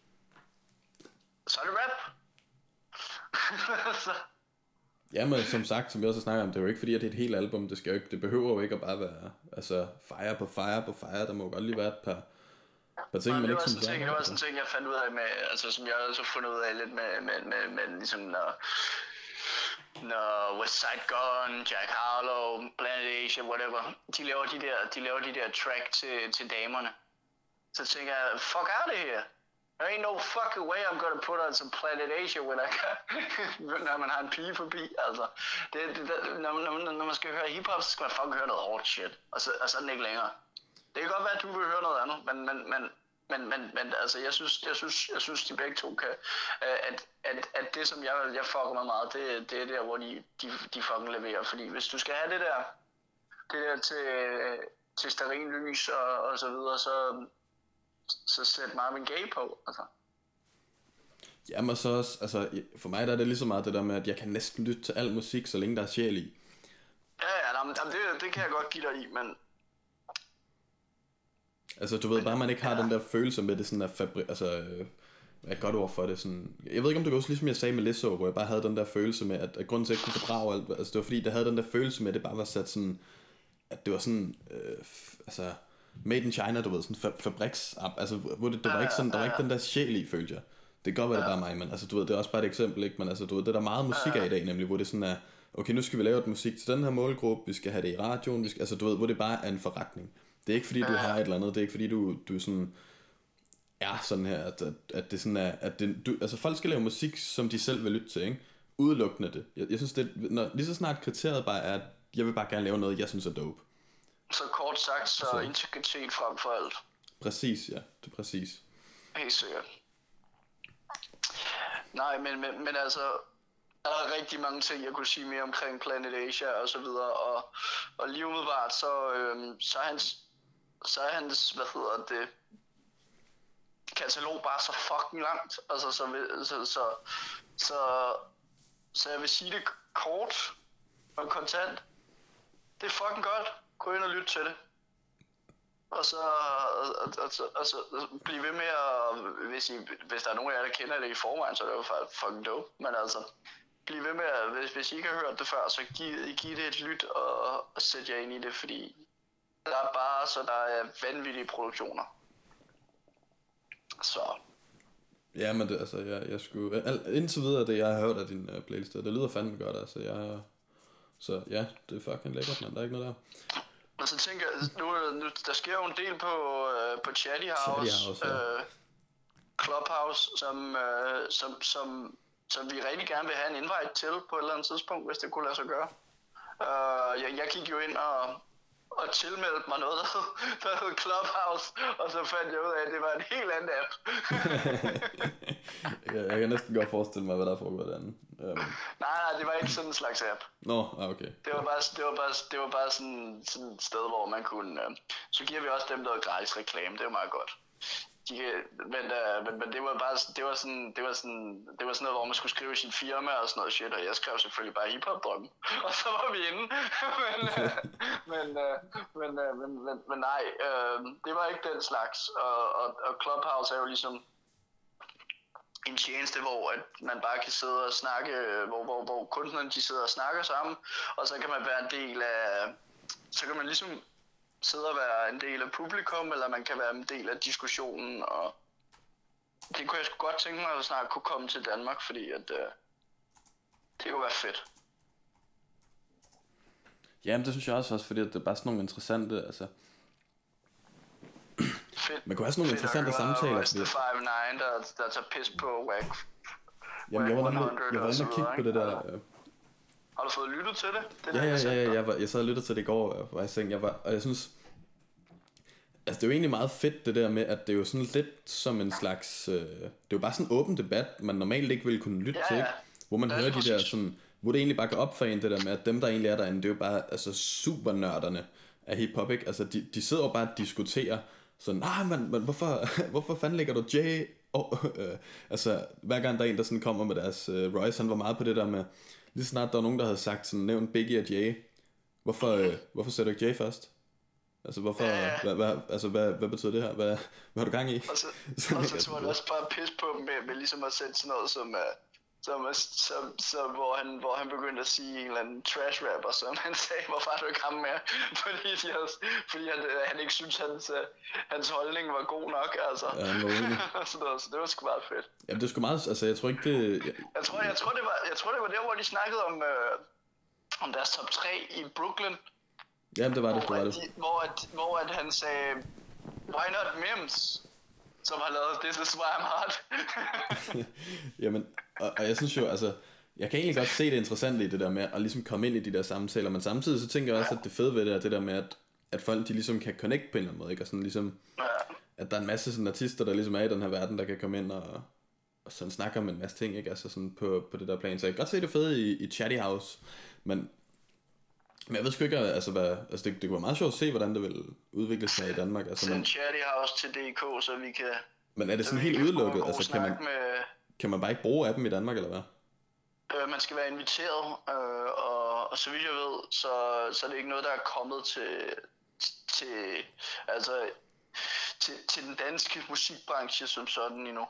så er det rap. så. Ja, men som sagt, som jeg også snakker om, det er jo ikke fordi, at det er et helt album, det skal jo ikke, det behøver jo ikke at bare være, altså, fire på fire på fire, der må godt lige være et par, par ting, man ikke synes er. Det var sådan en ting, jeg fandt ud af med, altså som jeg også har fundet ud af lidt med, med, med, med ligesom når, når Westside Gun, Jack Harlow, Planet Asia, whatever, de laver de der, de laver de der track til, til damerne. Så tænker jeg, fuck out of here. There ain't no fucking way I'm gonna put on some Planet Asia, when I når man har en pige forbi, altså. Det, det, det, når, når, når man skal høre hiphop, så skal man fucking høre noget hårdt shit, og så, og så er den ikke længere. Det kan godt være, at du vil høre noget andet, men, men, men, men, men, men altså, jeg synes, jeg synes, jeg synes, de begge to kan, at, at, at det, som jeg, jeg fucker med meget, det, det er der, hvor de, de, de fucking leverer, fordi hvis du skal have det der, det der til, til stearinlys og, og så videre, så så sæt Marvin Gaye på, altså. Jamen så også, altså for mig der er det lige så meget det der med, at jeg kan næsten lytte til al musik, så længe der er sjæl i. Ja, ja, jamen, det, det kan jeg godt give dig i, men... Altså du ved bare, man ikke har ja. den der følelse med det sådan der fabri... Altså, hvad er et godt ord for det sådan... Jeg ved ikke om det går også ligesom jeg sagde med Lizzo, hvor jeg bare havde den der følelse med, at, at grunden til at jeg kunne fordrage alt, altså det var fordi, der havde den der følelse med, at det bare var sat sådan... At det var sådan, øh, f- altså... Made in China, du ved, sådan fa- fabriks, altså hvor det, det var ikke sådan, der var ikke den der sjæl i, følte jeg. Det kan godt være, det bare mig, men altså du ved, det er også bare et eksempel, ikke, men altså du ved, det er der meget musik af i dag, nemlig, hvor det sådan er, okay, nu skal vi lave et musik til den her målgruppe, vi skal have det i radioen, vi skal, altså du ved, hvor det bare er en forretning. Det er ikke fordi, du har et eller andet, det er ikke fordi, du, du sådan, er sådan her, at, at, at det sådan er, at det, du, altså folk skal lave musik, som de selv vil lytte til, ikke? Udelukkende det. Jeg, jeg synes, det, når, lige så snart kriteriet bare er, at jeg vil bare gerne lave noget, jeg synes er dope. Så kort sagt, så altså, integritet frem for alt. Præcis, ja. Det er præcis. Helt sikkert. Nej, men, men, men altså, der er rigtig mange ting, jeg kunne sige mere omkring Planet Asia og så videre, og, og lige umiddelbart, så, øhm, så, er hans, så er hans, hvad hedder det, katalog bare så fucking langt. Altså, så, så, så, så, så jeg vil sige det kort og kontant. Det er fucking godt. Gå ind og lytte til det. Og så altså, altså, blive ved med at, hvis, I, hvis der er nogen af jer, der kender det i forvejen, så er det jo fucking dope. Men altså, bliv ved med at, hvis, hvis I ikke har hørt det før, så giv, giv det et lyt og, og sæt jer ind i det, fordi der er bare, så der er vanvittige produktioner. Så. Ja, men det, altså, jeg, jeg skulle, al, indtil videre det, jeg har hørt af din uh, playlist, det lyder fandme godt, altså, jeg, så ja, det er fucking lækkert, men der er ikke noget der. Og så tænker jeg, nu, nu der sker jo en del på, uh, på Chatty House, Chatty House ja. uh, Clubhouse, som, uh, som, som, som vi rigtig gerne vil have en invite til på et eller andet tidspunkt, hvis det kunne lade sig gøre. Uh, jeg, jeg gik jo ind og, og tilmeldte mig noget, der hed Clubhouse, og så fandt jeg ud af, at det var en helt anden app. Det kan jeg, jeg kan næsten godt forestille mig, hvad der foregår derinde. Um. Nej, nej, det var ikke sådan en slags app. Nå, no, okay. Det var bare, det var bare, det var bare sådan, sådan et sted, hvor man kunne... Øh, så giver vi også dem noget gratis reklame, det var meget godt. De, men, øh, men, men det var bare det var sådan det var sådan det var sådan noget, hvor man skulle skrive sin firma og sådan noget shit, og jeg skrev selvfølgelig bare hiphop drømme, og så var vi inde. men, øh, men, øh, men, øh, men, men men nej, øh, det var ikke den slags, og, og, og Clubhouse er jo ligesom en tjeneste, hvor at man bare kan sidde og snakke, hvor, hvor, hvor kunderne de sidder og snakker sammen, og så kan man være en del af, så kan man ligesom sidde og være en del af publikum, eller man kan være en del af diskussionen, og det kunne jeg sgu godt tænke mig at snart kunne komme til Danmark, fordi at øh, det kunne være fedt. Jamen det synes jeg også, også fordi at det er bare sådan nogle interessante, altså fedt. Man kunne have sådan nogle fedt interessante samtaler. Fedt at fem nine, der, der tager pis på W A C. Jamen jeg var inde og kigge på det der. Øh... Har du fået lyttet til det? det ja, der, ja, jeg, ja, ja, jeg, var, jeg sad og lyttede til det i går, var i seng, jeg var, og jeg synes, altså det er jo egentlig meget fedt det der med, at det er jo sådan lidt som en slags, øh, det er jo bare sådan en åben debat, man normalt ikke ville kunne lytte ja, til, ikke? Hvor man hører de der sådan, hvor det egentlig bare går op for en, det der med, at dem der egentlig er derinde, det er jo bare altså super nørderne af hiphop, ikke? Altså de, de sidder jo bare og diskuterer, sådan, nej, men, men hvorfor, hvorfor fanden lægger du Jay? Oh, øh, altså hver gang der er en, der sådan kommer med deres, øh, Royce, han var meget på det der med, lige snart der var nogen, der havde sagt sådan, nævnt Biggie og Jay, hvorfor, øh, hvorfor sætter du ikke Jay først? Altså hvorfor, ja. hvad, hvad, altså, hvad, hvad betyder det her? Hvad, hvad har du gang i? Og så, og så tog han også bare pis på dem med, med ligesom at sætte sådan noget som, uh, som, som, som hvor, han, hvor han begyndte at sige en eller anden trash rapper, som han sagde, hvorfor har du ikke ham med? Fordi, de havde, fordi han, han ikke synes hans, uh, hans holdning var god nok, altså. Ja, så, det var, så det var sgu meget fedt. Jamen det er sgu meget, altså jeg tror ikke det... Jeg, jeg, tror, jeg, tror, det var, jeg tror det var der, hvor de snakkede om, uh, om deres top tre i Brooklyn. Jamen det var det, hvor, det, var det. De, hvor, at, hvor at han sagde, why not Mims? Som har lavet This Is Why I'm Hot. Jamen, og, og jeg synes jo, altså, jeg kan egentlig godt se det interessante i det der med at ligesom komme ind i de der samtaler, men samtidig så tænker jeg også, at det fede ved det er det der med, at, at folk de ligesom kan connect på en eller anden måde, ikke? Og sådan ligesom, at der er en masse sådan artister, der ligesom er i den her verden, der kan komme ind og, og sådan snakke om en masse ting, ikke? Altså sådan på, på det der plan. Så jeg kan godt se det fede i, i Chatty House, men Men jeg ved sgu ikke, altså, hvad, altså det, det kunne være meget sjovt at se, hvordan det vil udvikle sig i Danmark. Altså, Send Chatty House til D K, så vi kan... Men er det sådan helt udelukket? Altså, kan man, med, kan man bare ikke bruge appen i Danmark, eller hvad? Øh, man skal være inviteret, øh, og, og så vidt jeg ved, så, så er det ikke noget, der er kommet til, til, altså, til, til den danske musikbranche som sådan endnu.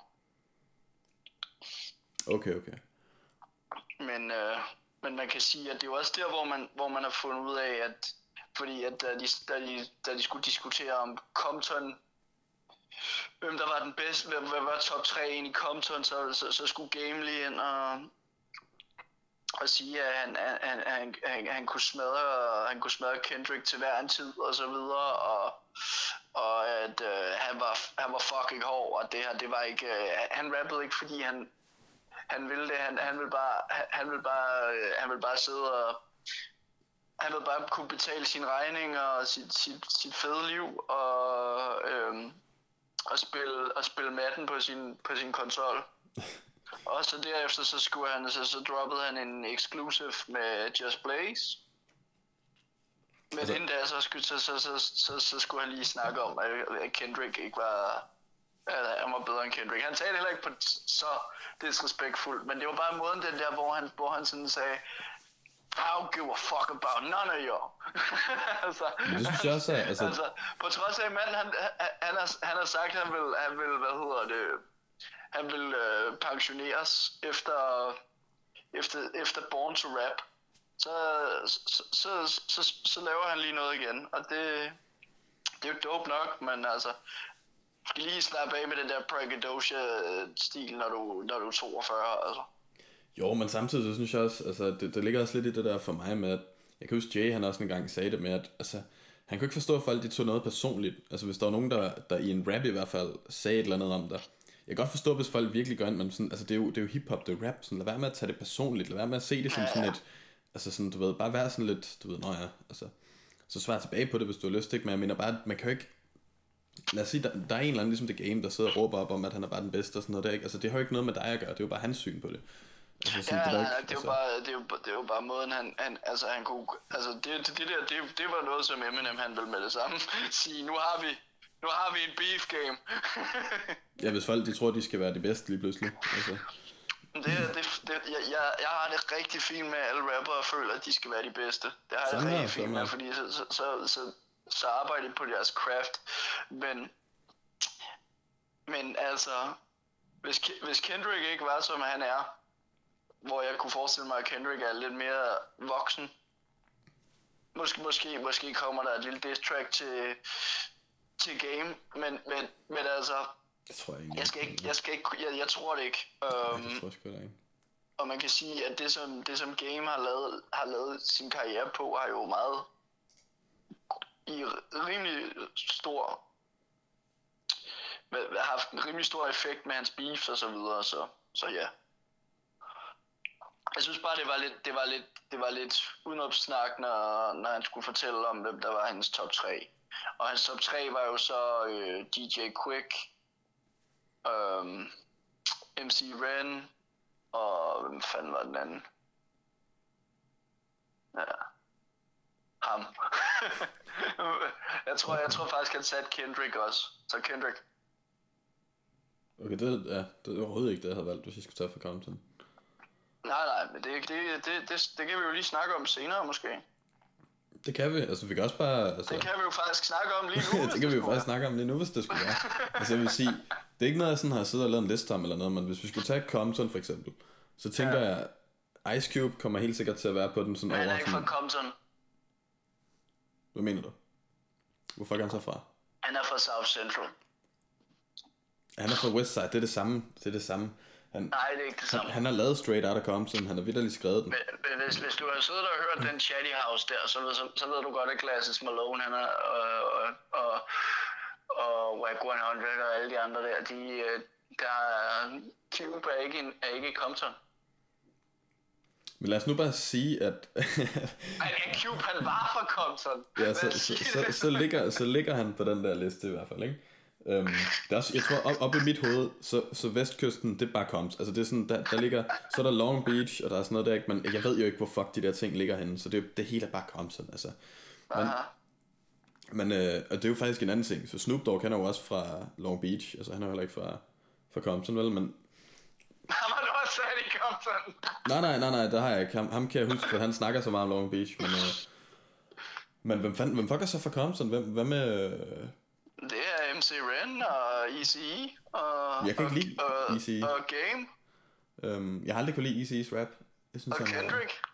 Okay, okay. Men... Øh, Men man kan sige, at det er jo også der, hvor man, hvor man har fundet ud af, at fordi at da de, da de, da de skulle diskutere om Compton, hvem der var den bedste, hvem, hvem var top tre i Compton, så, så, så skulle Game lige ind og, og sige, at han, han, han, han, han, kunne smadre, han kunne smadre Kendrick til hver en tid og så videre, og, og at øh, han, var, han var fucking hård, og det her, det var ikke, øh, han rappede ikke, fordi han Han ville det, han, han ville bare, han ville bare, han ville bare sidde og, han ville bare kunne betale sine regninger og sit, sit, sit fede liv og, øhm, og spille, og spille matten på sin, på sin konsol. Og så derefter så skulle han, så, så droppede han en exclusive med Just Blaze. Men altså, inden da, så, skulle, så, så, så, så, så skulle han lige snakke om, at Kendrick ikke var, at han var bedre end Kendrick. Han sagde det heller ikke på så disrespektfuldt, men det var bare måden den der, hvor han, hvor han sådan sagde, I don't give a fuck about none of you. altså, men det synes jeg også er, altså... altså, på trods af, at manden, han, han, han, har, han har sagt, at han vil, han vil, hvad hedder det, han vil øh, pensioneres efter, efter, efter Born to Rap, så, så, så, så, så, så laver han lige noget igen, og det, det er jo dope nok, men altså, du skal lige slappe af med den der braggadocio-stil, når du, når du er toogfyrre, altså. Jo, men samtidig så synes jeg også, altså det, det ligger også lidt i det der for mig med, at jeg kan huske Jay, han også en gang sagde det med, at altså, han kunne ikke forstå, at folk de tog noget personligt. Altså hvis der var nogen, der, der i en rap i hvert fald sagde et eller andet om det. Jeg kan godt forstå, hvis folk virkelig gør det, men sådan, altså det er jo, det er jo hiphop, det er rap, sådan lad være med at tage det personligt, lad være med at se det som sådan et, altså sådan, du ved, bare være sådan lidt, du ved, nå ja, altså, så svar tilbage på det, hvis du har lyst, ikke, men jeg mener bare, man kan jo ikke, lad os sige, der, der er en eller anden ligesom The Game, der sidder og råber op om, at han er bare den bedste og sådan noget. Det, er ikke, altså, det har jo ikke noget med dig at gøre, det er jo bare hans syn på det. Altså, sådan, Ja, det, er nej, ikke, nej, det er jo altså... bare, det er jo, det er jo bare måden han, han altså han kunne, altså det, det, det der, det, det var noget som Eminem han ville med det samme sige, nu har vi, nu har vi en beef game. Ja, hvis folk de tror, de skal være de bedste lige pludselig, altså. Det, det, det, jeg, jeg, jeg har det rigtig fint med, at alle rappere føler, at de skal være de bedste. Det har jeg Samme her, rigtig fint samme her. med, fordi så, så, så, så, så arbejder de på deres craft. Men, men altså, hvis, Ke- hvis Kendrick ikke var som han er, hvor jeg kunne forestille mig, at Kendrick er lidt mere voksen, måske, måske, måske kommer der et lille diss track til, til Game, men, men, men altså, Det tror jeg ikke. jeg skal ikke, jeg skal ikke, jeg, jeg tror det ikke. Ja, Um, det tror jeg sgu da ikke. Og man kan sige, at det som, det som Game har lavet, har lavet sin karriere på, har jo meget i rimelig stor, har haft en rimelig stor effekt med hans beef og så videre, så, så ja. Jeg synes bare, det var lidt, det var lidt, det var lidt udenopsnak, når, når han skulle fortælle om, hvem der var hans top tre. Og hans top tre var jo så øh, D J Quick, øh, M C Ren, og hvem fanden var den anden? Ja. Ham. jeg tror, jeg tror faktisk, han satte Kendrick også. Så Kendrick. Okay, det, ja, det er overhovedet ikke det, jeg havde valgt, hvis jeg skulle tage for Compton. Nej, nej, men det, det, det, det, det kan vi jo lige snakke om senere, måske. Det kan vi, altså vi kan også bare... Altså... Det kan vi jo faktisk snakke om lige nu. det kan vi jo faktisk snakke om lige nu, hvis det skulle være. Altså jeg vil sige, det er ikke noget, jeg sådan har siddet og lavet en liste om eller noget, men hvis vi skulle tage Compton for eksempel, så tænker ja. jeg, Ice Cube kommer helt sikkert til at være på den sådan over... Han er ikke sådan... fra Compton. Hvad mener du? Hvorfor er han så fra? Han er fra South Central. Han er fra Westside, det er det samme, det er det samme. Han, Nej, det er ikke det samme. Han, han har lavet Straight Outta Compton, han har vitterligt skrevet den. Men, hvis, hvis du har siddet og hørt den Chatty House der, så ved, så, så ved du godt, at Glasses Malone, han er, og, og, og, og Wack hundrede og alle de andre der, de, der er, Cube er ikke, en, er ikke i Compton. Men lad os nu bare sige, at... Ej, Cube, han var fra Compton. ja, så, så, så, så, ligger, så ligger han på den der liste i hvert fald, ikke? Um, der er også, jeg tror op, op i mit hoved så, så vestkysten det er bare Compton. Altså det er sådan der, der ligger, så er der Long Beach og der er sådan noget der ikke, men jeg ved jo ikke hvor fuck de der ting ligger henne, så det, det hele er bare Compton, altså. Men, men øh, og det er jo faktisk en anden ting. Så Snoop Dogg han er jo også fra Long Beach, altså han er jo heller ikke fra fra Compton, vel, men han var nu også sat i Compton. Nej nej nej nej, der har jeg ikke ham, ham kan jeg huske, for han snakker så meget om Long Beach, men øh, men hvem fanden, hvem fuck er så fra Compton? Hvem hvad med øh, det er M C Ren og E C E og, jeg kan ikke lide og, E C E. og, og Game. Øhm, jeg har aldrig kunne lide E C E's rap. Jeg synes, og han Kendrick. Er...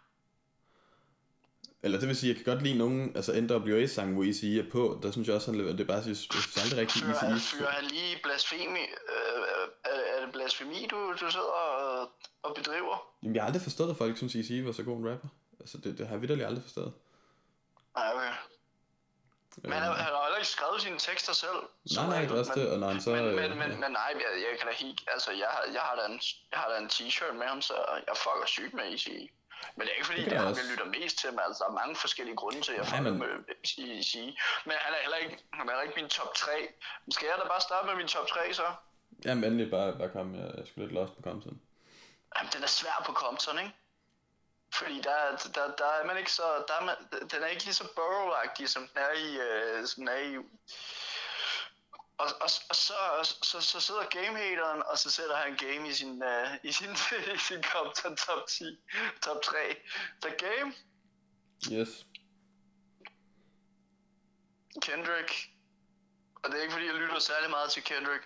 Eller det vil sige, jeg kan godt lide nogen, altså N W A sang, hvor E C E er på. Der synes jeg også, han leverer. Det er bare, jeg synes, jeg synes aldrig rigtigt E C E. Fyrer han lige blasfemi? Øh, er, er det blasfemi, du, du sidder og, og bedriver? Jamen, jeg har aldrig forstået, at folk synes, E C E var så god en rapper. Altså, det, det har jeg vitterligt aldrig forstået. Nej, okay. Men han, han har heller ikke skrevet sine tekster selv. Nej, nej, det er også det, og når han så... Men, øh, men, men, men nej, jeg, jeg kan da helt... Altså, jeg, har, jeg, har da en, jeg har da en t-shirt med ham, så jeg fucker sygt med E C E. Men det er ikke fordi, det, det er ham, jeg lytter mest til, men altså, der er mange forskellige grunde til, at jeg fucker men... med E C E. Men han er heller ikke, han er heller ikke min top tre. Skal jeg da bare starte med min top tre, så? Jamen, endelig bare, bare kom. Jeg, jeg skulle lidt lost på Compton. Jamen, den er svær på Compton, ikke? Fordi der, der, der er man ikke så, der er man, den er ikke lige så Burrow-agtig, som den er i, øh, som den er i, og, og, og så, så, så sidder game-hateren, og så sætter han Game i sin, uh, i sin, i sin Compton top ti, top tre. Så Game. Yes. Kendrick. Og det er ikke fordi, jeg lytter særlig meget til Kendrick.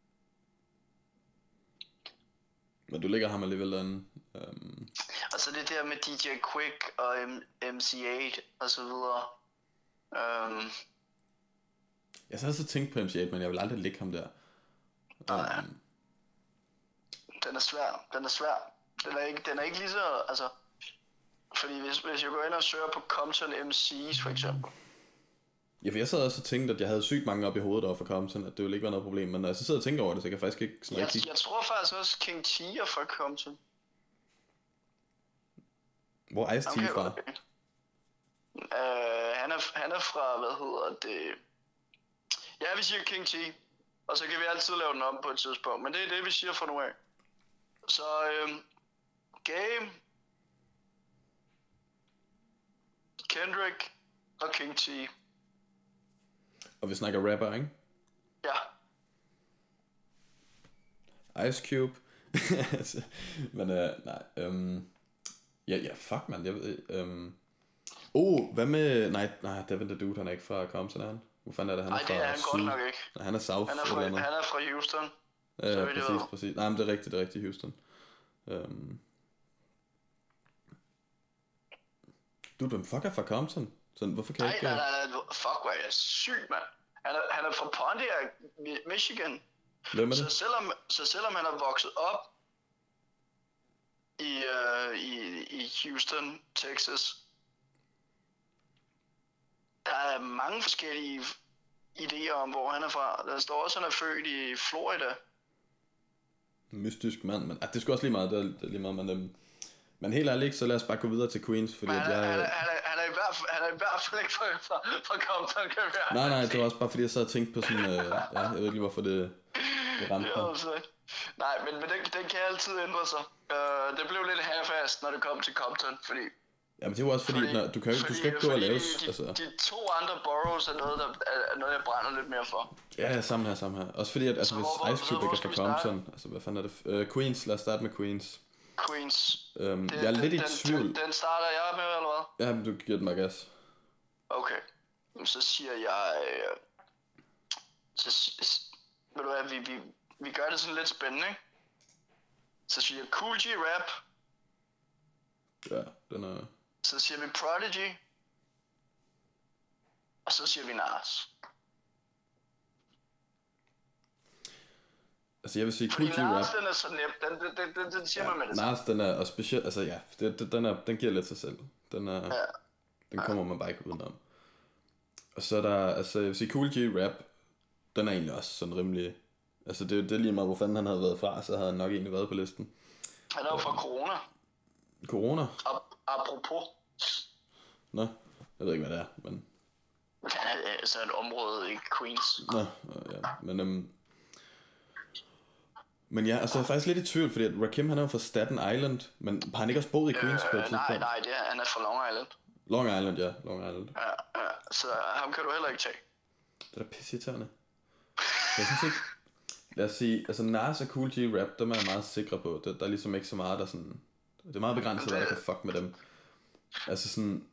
Men du ligger ham alligevel derinde. Um... Og så det der med D J Quick og M C otte og så videre. Um... Jeg så også tænkt på M C otte, men jeg vil aldrig lægge ham der. Nej. Um... Den er svær. Den er svær. Den er ikke, den er ikke lige så, altså... Fordi hvis, hvis jeg går ind og søger på Compton M C's for eksempel. Ja, for jeg sad også og tænkte, at jeg havde sygt mange op i hovedet over for Compton, at det ville ikke være noget problem. Men når jeg så sidder og tænker over det, så kan jeg faktisk ikke sådan jeg, rigtig... Jeg tror faktisk også King T er fra Compton. Hvor er Ice-T okay, fra? Okay. Uh, han, er, han er fra, hvad hedder det... Ja, vi siger King T. Og så kan vi altid lave den om på et tidspunkt. Men det er det, vi siger fra nu af. Så øhm, Game, Kendrick og King T. Og vi snakker rapper, ikke? Ja. Ice Cube. Men uh, nej, um, ja, ja, fuck man, jeg ved, um, oh, hvad med, nej, nej, Devin the Dude, han er ikke fra Compton, er han? Hvor fanden er det, han er Nej, fra det er han syd? godt nok ikke. Nej, han er South, Han er fra, eller han er fra Houston. Ja, ja, præcis, præcis. Nej, men det er rigtigt, det er rigtigt, Houston. Um, Dude, hvem fuck er fra Compton? Sådan, hvorfor kan jeg nej, ikke... nej, nej, nej, fuck, hvor er jeg syg, mand. Han er, han er fra Pontiac, Michigan. Hvem er Så det? selvom, så selvom han er vokset op i, uh, i, i Houston, Texas, der er mange forskellige idéer om, hvor han er fra. Der står også, at han er født i Florida. Mystisk mand, men ah, det er sgu også lige meget, det er, det er lige meget, men... Um, men helt ærligt, så lad os bare gå videre til Queens, fordi Men han, at er, jeg... han, er, han, er, han, er i hvert fald, han er i hvert fald ikke fra, fra, fra Compton, kan være. Nej, nej, det var også bare fordi, jeg sad og tænkte på sådan... Øh, ja, jeg ved ikke lige, hvorfor det, det ramte mig. Ja, nej, men, men den, den kan altid ændre sig. Uh, det blev lidt half-assed, når det kom til Compton, fordi... Jamen det er jo også fordi, fordi når, du, kan, fordi, du skal ikke gå og lave... De, Altså... de to andre boroughs er noget, der, er noget, jeg brænder lidt mere for. Ja, samme her, samme her. Også fordi, at altså, hvis hvor, Ice Cube ikke er fra Compton... Altså, hvad fanden er det? Uh, Queens, lad os starte med Queens. Queens. Um, det, jeg er den, lidt i den, tvivl. Den, den starter jeg med, eller hvad? Ja, men du giver den mig gas. Okay. Så siger jeg... Øh, så, så, ved du hvad, vi, vi, vi gør det sådan lidt spændende, ikke? Så siger jeg Cool G Rap. Ja, den er... Så siger vi Prodigy. Og så siger vi Nas. Altså jeg vil sige Fordi Cool G Rap. Nas, den er så nem. Den, den, den, den, den siger Ja, man med det. Nas, den er, og specielt, altså ja, det, det, den, er, den giver lidt sig selv. Den er, Ja. den kommer man bare ikke udenom. Og så er der, altså jeg vil sige Cool G Rap, den er egentlig også sådan rimelig, altså det, det er lige meget, hvor fanden han havde været fra, så havde han nok egentlig været på listen. Han er jo fra Corona. Corona? Ap- apropos. Nå, jeg ved ikke, hvad det er, men... Det er altså et område i Queens. Nå, ja, men... Um... Men ja, altså jeg er faktisk lidt i tvivl, fordi at Rakim, han er jo fra Staten Island, men har han ikke også boet i Queens øh, på et tidspunkt? Nej, nej, det er, han er fra Long Island. Long Island, ja, Long Island. Ja, ja, så ham kan du heller ikke tage. Det er da pisseirriterende. Jeg synes ikke... Lad os sige, altså Nas og Cool G Rap, dem er jeg meget sikre på. Der, der er ligesom ikke så meget, der sådan... Det er meget begrænset, hvad der kan fuck med dem. Altså sådan...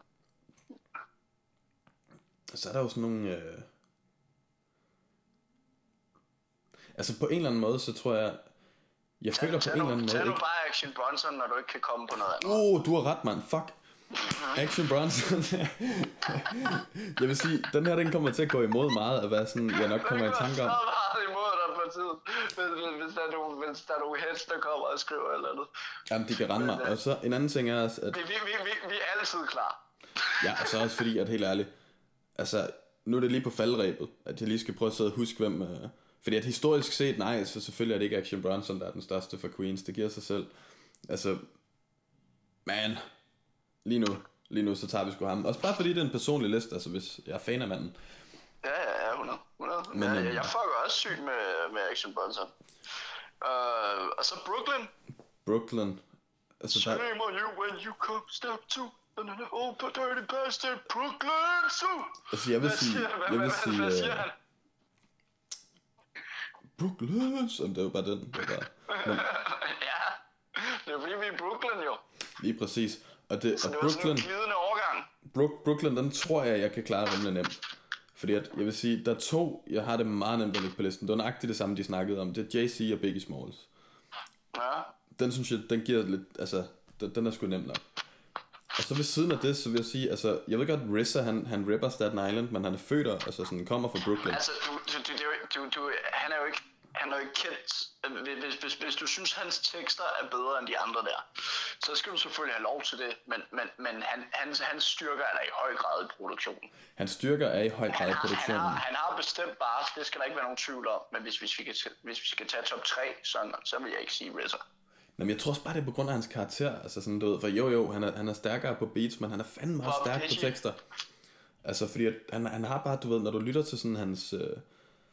Så er der jo sådan nogle... Øh... Altså på en eller anden måde, så tror jeg... Jeg føler på en eller anden måde ikke... ikke... bare Action Bronson, når du ikke kan komme på noget andet. Åh, oh, du har ret, mand. Fuck. Action Bronson. Jeg vil sige, den her, den kommer til at gå imod meget, at være sådan, jeg nok kommer i tanke om. Det er meget imod dig på tid, hvis, hvis, der er nogle, hvis der er nogle heads, der kommer og skriver eller andet. Jamen, de kan rende mig. Og så en anden ting er også, at... Vi, vi, vi, vi, vi er altid klar. Ja, og så også fordi, at helt ærligt, altså, nu er det lige på faldrebet, at jeg lige skal prøve at sidde og huske, hvem... Uh... Fordi at historisk set, nej, så selvfølgelig er det ikke Action Bronson, der er den største for Queens. Det giver sig selv. Altså, man, lige nu, lige nu, så tager vi sgu ham. Også bare fordi det er en personlig liste, altså hvis jeg er fan af manden. Ja, ja, ja, hundrede. hundrede. Men, ja, øhm, jeg, jeg fucker også sygt med, med Action Bronson. Uh, og så Brooklyn. Brooklyn. Altså, der... Shame on you when you come step two. And then oh, but dirty bastard, Brooklyn, so. Altså, jeg vil Hvad sige... siger, hvad, jeg vil hvad, sige, hvad siger uh... han? Brooklyn, så det er jo bare den. Det er bare... Men... Ja, det er fordi vi er i Brooklyn jo. Lige præcis. Og, det, så og det Brooklyn... var sådan en glidende overgang. Brook, Brooklyn, den tror jeg, jeg kan klare rimelig nemt. Fordi at, jeg vil sige, der er to, jeg har det meget nemt at lægge på listen. Det var nøjagtigt det samme, de snakkede om. Det er Jay-Z og Biggie Smalls. Ja. Den synes jeg, den giver lidt, altså, den, den er sgu nem nok. Og så ved siden af det, så vil jeg sige, altså, jeg ved godt, R Z A, han, han rapper Staten Island, men han er født der, altså sådan, kommer fra Brooklyn. Altså, du, du, du, du, du, han er jo ikke, han er jo ikke kendt. Hvis, hvis, hvis du synes, hans tekster er bedre end de andre der, så skal du selvfølgelig have lov til det, men, men, men han, hans, hans styrker er der i høj grad i produktionen. Hans styrker er i høj grad i produktionen. Han har, han har bestemt bars, det skal der ikke være nogen tvivl om, men hvis, hvis, vi, kan, hvis vi skal tage top tre, så, så vil jeg ikke sige R Z A. Men jeg tror også bare, det er på grund af hans karakter, altså sådan, du ved, for jo jo, han er, han er stærkere på beats, men han er fandme også stærk på tekster. Altså fordi at han, han har bare, du ved, når du lytter til sådan hans, øh,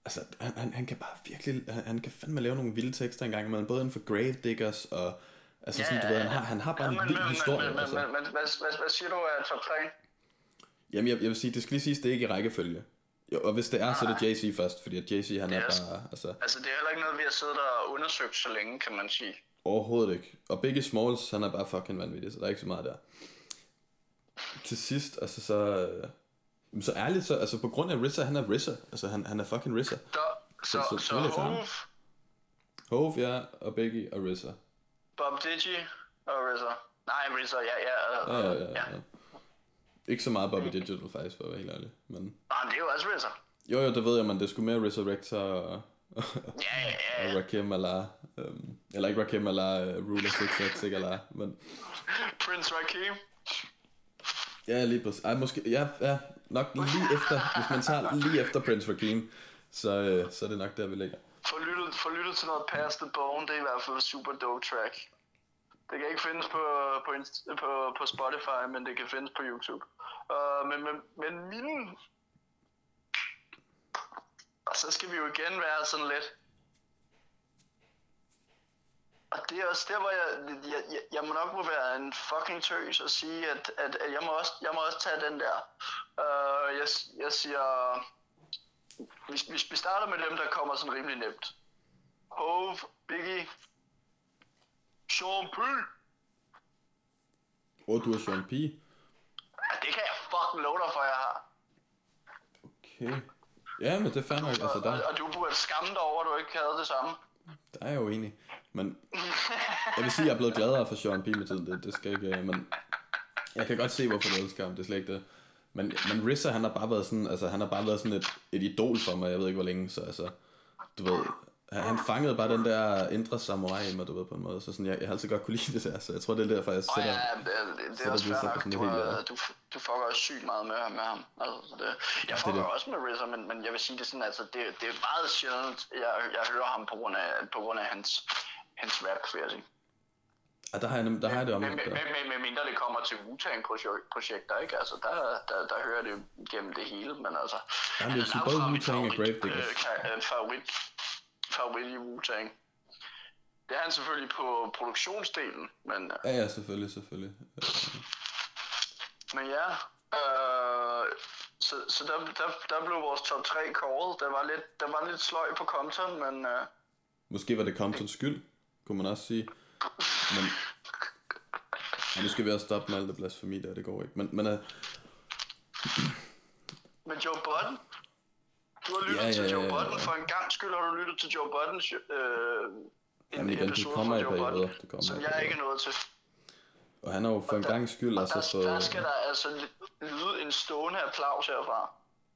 altså, han, han, han kan bare virkelig, han, han kan fandme lave nogle vilde tekster engang imellem, både inden for Gravediggers og, altså Ja, sådan, du ja, ved, ja. han har, han har bare Ja, en men, vild men, historie, men, altså. men, men, men hvad, hvad, hvad siger du af top tre? Jamen, jeg, jeg vil sige, det skal lige siges, det er ikke i rækkefølge. Jo, og hvis det er, så er det Jay-Z først, fordi at Jay-Z, han Det er er- bare, altså, Altså, det er heller ikke noget, vi har siddet og undersøgt så længe, kan man sige. overhovedet ikke. Og Biggie Smalls, han er bare fucking vanvittig, så der er ikke så meget der. Til sidst, altså så, øh, så ærligt, så, altså på grund af R Z A, han er R Z A, altså han, han er fucking R Z A. Så, så, Så- så, så- så så vil jeg tage ham. Hove, Hove, ja, og Biggie og R Z A. Bob Digi og R Z A. Nej, R Z A, ja, ja. Ja, øh, ja, ja, ja. Ikke så meget Bobby Digital faktisk, for at være helt ærlig. Men... Nej, det er jo også R Z A. Jo, jo, det ved jeg, men det skulle mere Resurrector og, Ja, ja, ja. og Rakim Allah. Um, eller ikke Rakim Allah, uh, Ruler seks seks, ikke Allah, men... Prince Rakim. Ja, lige præcis. Ej, måske, ja, ja, nok lige efter, hvis man tager lige efter Prince Rakim, så, øh, så er det nok der, vi ligger. Få lyttet, få lyttet til noget Past the Bone, det er i hvert fald et super dope track. Det kan ikke findes på, på, Inst- på, på Spotify, men det kan findes på YouTube. Uh, men, men, men mine... Og så skal vi jo igen være sådan lidt... Og det er også der, hvor jeg, jeg, jeg, jeg må nok må være en fucking tøs og sige, at, at, at jeg, må også, jeg må også tage den der. Uh, jeg, jeg siger... Vi, vi, vi starter med dem, der kommer sådan rimelig nemt. Hove, Biggie, Sean P. Åh, du er Sean P. Ja, det kan jeg fucking love dig for, jeg har. Okay. Ja, men det er fair nok, altså Og, der, og du burde skamme dig over, at du ikke havde det samme. der er jeg jo enig. Men jeg vil sige, at jeg er blevet gladere for Sean P med tiden, det, det skal ikke, men jeg kan godt se, hvorfor du elsker ham, det er slet ikke det. Men, men R Z A, han har bare været sådan, altså han har bare været sådan et, et idol for mig, jeg ved ikke hvor længe, så altså, du ved, han, han fangede bare den der indre samurai i mig, du ved, på en måde, så sådan, jeg, jeg har altid godt kunne lide det der, så jeg tror, det er derfor, jeg Og sætter, ja, det, det, det så er er også det fair så nok. sådan Du, helt, er- ja. du, du fucker også sygt meget med, med ham. Altså, så det, jeg det fucker det. også med R Z A, men, men jeg vil sige det sådan, altså, det, det er meget sjældent, jeg, jeg hører ham på grund af, på grund af hans, hans rap, vil jeg sige. ja, der har jeg, nem- der har jeg det om, Men, men, der. men, men, men mindre det kommer til Wu-Tang-projekter, ikke? Altså, der, der, der hører det jo gennem det hele, men altså... Ja, men jeg vil sige, han er både jo min Wu-Tang og favorit, Gravediggers. øh, ka- øh, favorit, favorit i Wu-Tang. Det er han selvfølgelig på produktionsdelen, men, øh, Ja, ja, selvfølgelig, selvfølgelig. Øh, men ja... Øh, så så der, der, der blev vores top tre kåret. Der var lidt, der var lidt sløj på kontoen, men... Øh, Måske var det Comptons skyld, kunne man også sige. Men, ja, nu skal vi også stoppe med alt det blasfemi der, det går ikke. Men, men uh, men Joe Budden? Du har lyttet Ja, ja, til Joe ja, ja, Budden. ja. For en gang skyld har du lyttet til Joe Buddens øh, en Jamen igen, det episode kommer fra i Joe perioder, Budden, det kommer som i jeg ikke er perioder. nået til. og han har jo for en der- gang skyld Og altså der, fået... der skal der altså lyde en stående applaus herfra.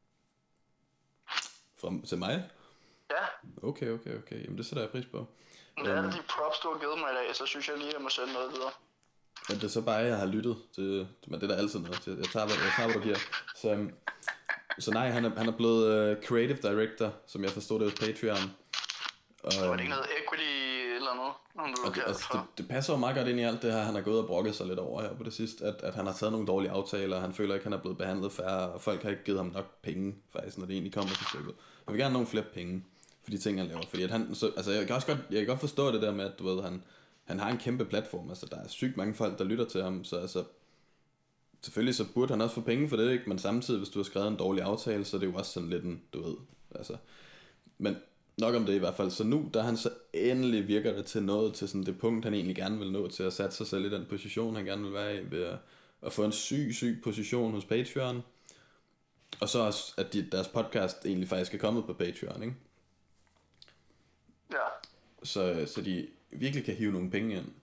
Fra, til mig? Ja, Okay, okay, okay. Jamen det sætter jeg pris på. men det er de props, du har givet mig i dag, så synes jeg lige, at jeg må sende noget videre. Men det er så bare, jeg har lyttet til... Men det er der altid noget til. Jeg tager, hvad, jeg tager, hvad du giver. Så, øhm, så nej, han er, han er blevet uh, creative director, som jeg forstod det hos Patreon. Og, Var det ikke noget equity eller noget? Nogen, du Og det, kan altså, for? det, det passer jo meget godt ind i alt det her, han har gået og brokket sig lidt over her på det sidste, at, at han har taget nogle dårlige aftaler, og han føler ikke, han er blevet behandlet færre, og folk har ikke givet ham nok penge, faktisk, når det egentlig kommer til stykket. Han vil gerne have nogle flere penge for de ting, han laver, fordi at han, så, altså jeg kan også godt, jeg kan godt forstå det der med, at du ved, han, han har en kæmpe platform, altså der er sygt mange folk, der lytter til ham, så altså, selvfølgelig så burde han også få penge for det, ikke? Men samtidig, hvis du har skrevet en dårlig aftale, så er det jo også sådan lidt en, du ved, altså, men nok om det i hvert fald. Så nu, der han så endelig virker det til noget, til sådan det punkt, han egentlig gerne vil nå til at sætte sig selv i den position, han gerne vil være i, ved at, at få en syg, syg position hos Patreon. Og så også, at de, deres podcast egentlig faktisk er kommet på Patreon, ikke? Ja. Så, så de virkelig kan hive nogle penge ind.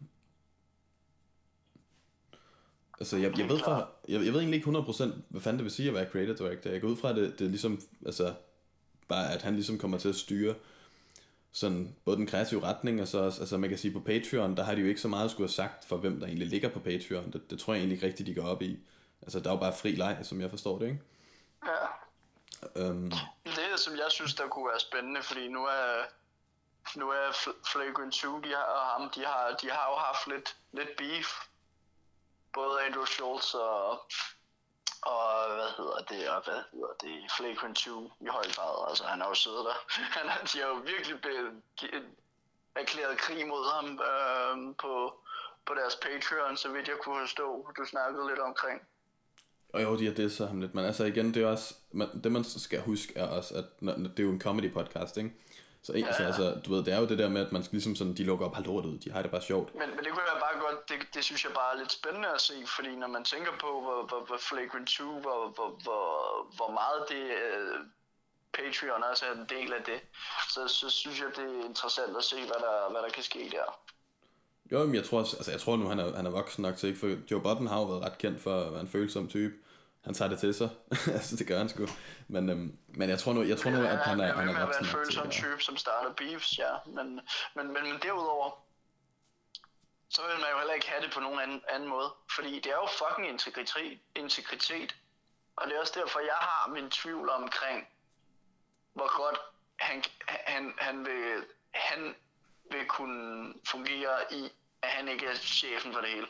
Altså, jeg, jeg ved fra, jeg, jeg ved egentlig ikke hundrede procent, hvad fanden det vil sige at være creative director. Jeg går ud fra, at det, det er ligesom, altså, bare at han ligesom kommer til at styre sådan både den kreative retning, og så også, altså man kan sige på Patreon, der har de jo ikke så meget at skulle have sagt for hvem der egentlig ligger på Patreon. Det, det tror jeg egentlig ikke rigtigt, de går op i. Altså der er jo bare fri leg, som jeg forstår det, ikke? Ja. Um, Det, som jeg synes, der kunne være spændende, fordi nu er, nu er Fl- Flagrant to, de har, og ham, de har, de har jo haft lidt, lidt beef. Både Andrew Schultz og, og hvad hedder det, og hvad hedder det, Flagrant to i høj grad, altså han har jo siddet der, han har, de har jo virkelig blevet erklæret krig mod ham øh, på, på deres Patreon, så vidt jeg kunne forstå, du snakkede lidt omkring. Og jo, de har disset ham lidt, men altså igen, det er også, man, det man skal huske er også, at når, det er jo en comedy podcast, ikke? Så, ja, ja. så altså, du ved, det er jo det der med, at man skal ligesom sådan, de lukker op halvt lortet ud, de har det bare sjovt. Men, men det kunne jeg bare godt, det, det synes jeg bare er lidt spændende at se, fordi når man tænker på, hvor, hvor, hvor Flagrant to, hvor, hvor, hvor, hvor meget det uh, Patreon også er en del af det, så, så synes jeg, det er interessant at se, hvad der, hvad der kan ske der. Jo, men jeg tror, altså, jeg tror nu, han er, han er voksen nok til, ikke? For Joe Budden har jo været ret kendt for at være en følsom type. Han tager det til sig. Altså, det gør han sgu. Men, øhm, men jeg tror nu, jeg tror nu, at han er, han er voksen nok til. Han er en følsom type, som starter beefs, ja. Men, men, men, men derudover, så vil man jo heller ikke have det på nogen anden, anden måde. Fordi det er jo fucking integritet, integritet. Og det er også derfor, jeg har min tvivl omkring, hvor godt han, han, han, vil, han vil kunne fungere i, at han ikke er chefen for det hele.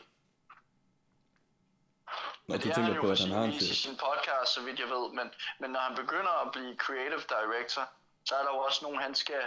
Nå, du tænker på, at han har en chef. I sin podcast, så vidt jeg ved, men, men når han begynder at blive creative director, så er der jo også nogen, han skal,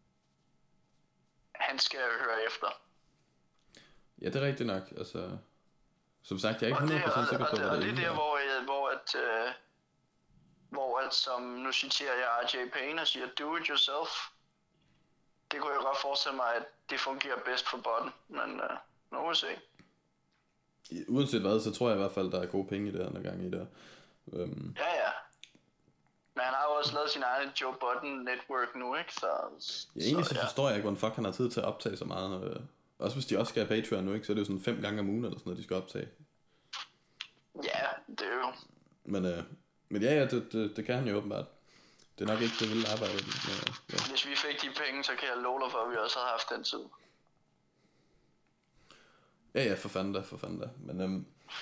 han skal høre efter. Ja, det er rigtigt nok. Altså, som sagt, jeg er ikke hundrede procent sikker på, hvad det er. Og det er der, hvor, hvor, at, øh, hvor at, som nu citerer jeg R J Payne og siger, do it yourself. Det kunne jeg godt forestille mig, at det fungerer bedst for botten, men øh, nu må vi se. Uanset hvad, så tror jeg i hvert fald, der er gode penge i det her gang i det. Um... Ja, ja. Men han har jo også lavet sin egen Joe Budden network nu, ikke? Så, ja, egentlig så, så forstår ja. jeg ikke, hvordan fuck han har tid til at optage så meget. Øh... Også hvis de også skal have Patreon nu, ikke? Så er det jo sådan fem gange om ugen eller sådan noget, de skal optage. Ja, det er jo. Men, øh... Men ja, ja, det, det, det kan han jo åbenbart. Det er nok ikke det vilde arbejde. Men, ja. Hvis vi fik de penge, så kan jeg love dig for, at vi også havde haft den tid. Ja, ja, for fanden da, for fanden da. Men, øhm,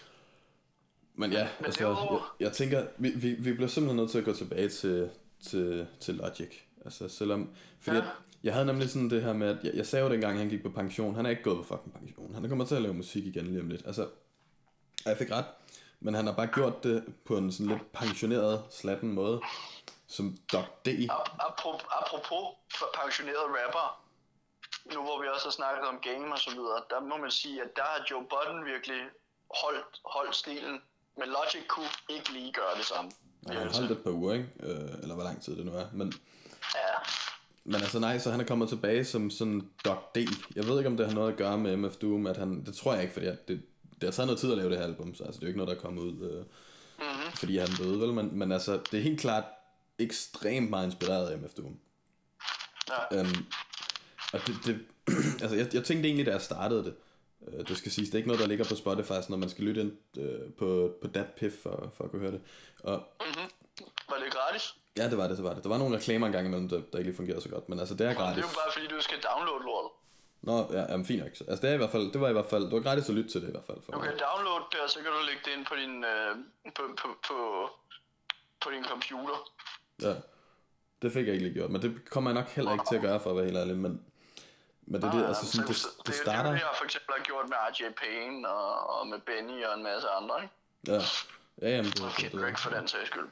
men ja, men altså, jeg, jeg tænker, vi, vi, vi bliver simpelthen nødt til at gå tilbage til, til, til Logic. Altså, selvom, fordi ja. jeg, jeg havde nemlig sådan det her med, at jeg, jeg sagde jo dengang, han gik på pension, han er ikke gået på fucking pension. Han er kommet til at lave musik igen lige om lidt. Altså, jeg fik ret, men han har bare gjort det på en sådan lidt pensioneret, slatten måde, som Doc D. Apropos, apropos pensionerede rapper, nu hvor vi også har snakket om game og så videre, der må man sige, at der har Joe Budden virkelig holdt, holdt stilen, men Logic kunne ikke lige gøre det samme. Ja, han holdt et par uger, ikke? Øh, eller hvor lang tid det nu er, men... Ja. Men altså nej, så han er kommet tilbage som sådan Doc D. Jeg ved ikke, om det har noget at gøre med M F Doom, at han... Det tror jeg ikke, fordi det, det har taget noget tid at lave det her album, så altså, det er jo ikke noget, der er kommet ud, øh, mm-hmm. fordi han døde, vel? Men, men altså, det er helt klart ekstremt meget inspireret af M F Doom. Ja. Øhm, og det, det altså jeg, jeg tænkte egentlig, da jeg startede det, øh, det skal siges, det er ikke noget, der ligger på Spotify, når man skal lytte ind øh, på, på DatPiff for, for at kunne høre det. Og, mm-hmm. Var det gratis? Ja, det var det, det var det. Der var nogle reklamer engang imellem, der, der ikke lige fungerede så godt, men altså det er gratis. Det er jo bare fordi, du skal downloade lortet. Nå, ja, jamen fint nok. Altså det er i hvert fald, det var i hvert fald, det var gratis at lytte til det i hvert fald. For du kan mig. Downloade det, og så kan du lægge det ind på din, øh, på, på, på, på din computer. Ja, det fik jeg ikke lige gjort, men det kommer jeg nok heller ikke til at gøre, for at være helt ærlig, men... Men det er det, altså sådan, det, det, det starter... Det er det, jeg for eksempel har gjort med R J Payne og, og med Benny og en masse andre, ikke? Ja, ja jamen det... Okay, det, det, for den sags skyld.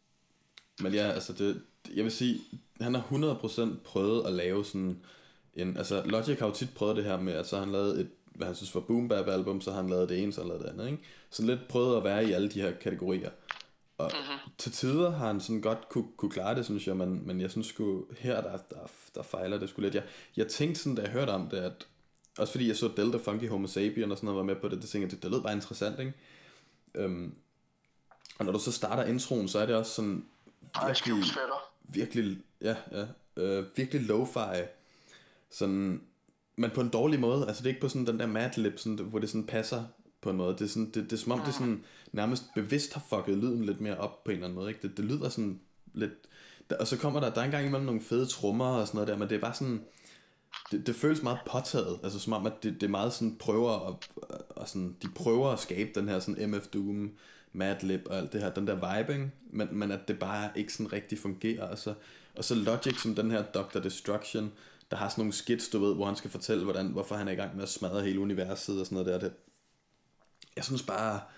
Men ja, altså det... Jeg vil sige, han har hundrede procent prøvet at lave sådan en... Altså Logic har jo tit prøvet det her med, at så har han lavet et, hvad han synes var boom bap album, så har han lavet det ene, så har han lavet det andet, ikke? Så lidt prøvet at være i alle de her kategorier. Og mm-hmm. til tider har han sådan godt kunne, kunne klare det, synes jeg, men, men jeg synes sgu, her der, der, der fejler det sgu lidt. Jeg, jeg tænkte sådan, da jeg hørte om det, at også fordi jeg så Delta Funky Homo Sapien og sådan noget var med på det, det tænkte jeg, det, det lød bare interessant, ikke? Um, og når du så starter introen, så er det også sådan virkelig, virkelig, ja, ja, øh, virkelig lo-fi, sådan, men på en dårlig måde. Altså det er ikke på sådan den der Madlib, sådan, hvor det sådan passer på en måde. Det er, sådan, det, det er som om det sådan nærmest bevidst har fucket lyden lidt mere op på en eller anden måde, ikke? Det, det lyder sådan lidt der, og så kommer der der er engang imellem nogle fede trommer og sådan noget der, men det er bare sådan det, det føles meget påtaget, altså som om at det, det er meget sådan prøver at, og sådan de prøver at skabe den her sådan M F Doom, Madlib og alt det her, den der vibe, ikke? Men, men at det bare ikke sådan rigtig fungerer, og så, og så Logic som den her doctor Destruction, der har sådan nogle skits, du ved, hvor han skal fortælle hvordan, hvorfor han er i gang med at smadre hele universet og sådan noget der. Det, jeg synes bare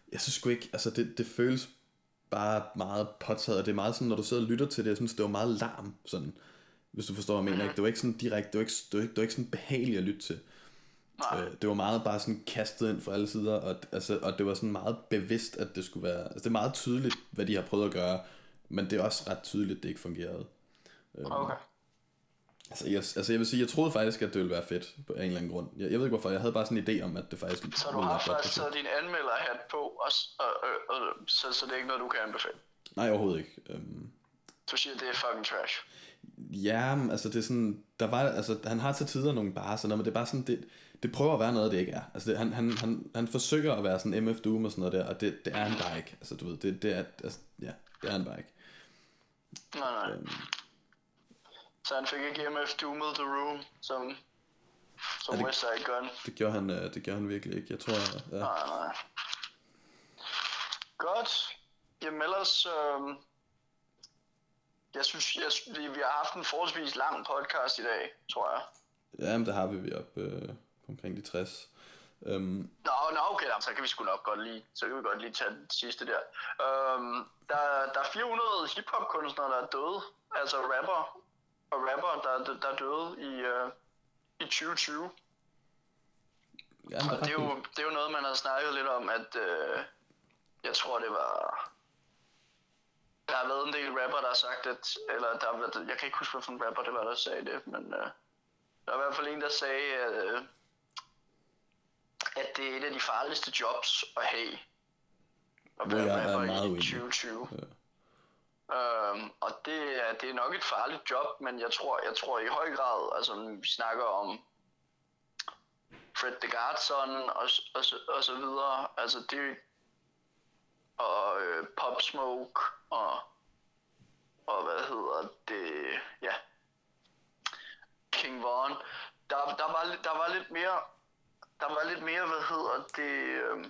Jeg synes sgu ikke, altså det, det føles bare meget påtaget, og det er meget sådan, når du sidder og lytter til det, jeg synes, det var meget larm, sådan, hvis du forstår, hvad jeg mener, ikke? Det var ikke sådan direkte, det var ikke, det var ikke, det var ikke sådan behageligt at lytte til. Øh, det var meget bare sådan kastet ind fra alle sider, og, altså, og det var sådan meget bevidst, at det skulle være, altså det er meget tydeligt, hvad de har prøvet at gøre, men det er også ret tydeligt, at det ikke fungerede. Okay. Altså jeg, altså jeg vil sige, jeg troede faktisk, at det ville være fedt på en eller anden grund. Jeg, jeg ved ikke hvorfor, jeg havde bare sådan en idé om, at det faktisk Så du har faktisk taget din anmelderhat på, og, og, og, og så, så det er ikke noget, du kan anbefale? Nej, overhovedet ikke. Um, du siger, det er fucking trash? Ja, altså det er sådan, der var, altså han har til tider nogle bare sådan noget, men det er bare sådan, det, det prøver at være noget, det ikke er. Altså det, han, han, han, han forsøger at være sådan M F Doom og sådan noget der, og det, det er han bare ikke. Altså du ved, det, det er, altså, ja, det er han bare ikke. Nej, nej. Um, Så han fik ikke M F Doomed The Room, som, som ja, West Side Gun. Det gjorde han, det gjorde han virkelig ikke. Jeg tror, ja. Nej, nej. Godt. Jamen ellers, øh, jeg synes, jeg, vi, vi har haft en forholdsvis lang podcast i dag, tror jeg. Ja, men der har vi vi op øh, omkring de tres. Um, nå, nå, okay, så kan vi sgu nok godt lige, så kan vi godt lige tage det sidste der. Um, der, der er fire hundrede hiphop-kunstnere, der er døde, altså rapper. Og rapper, der, der, der døde i, uh, i tyve tyve. Ja, og det er, jo, det er jo noget, man har snakket lidt om, at uh, jeg tror, det var... Der har været en del rapper, der har sagt, at... Eller der har været, jeg kan ikke huske, hvilken rapper det var, der sagde det, men uh, der var i hvert fald en, der sagde, at, uh, at det er et af de farligste jobs at have. At være rapper i tyve tyve. Ja. Um, og det er, det er nok et farligt job, men jeg tror, jeg tror i høj grad, altså vi snakker om Fred the Godson og, og, og så videre, altså det, og øh, Pop Smoke og, og hvad hedder det, ja, King Von, der, der, var, der var lidt mere, der var lidt mere, hvad hedder det, øh,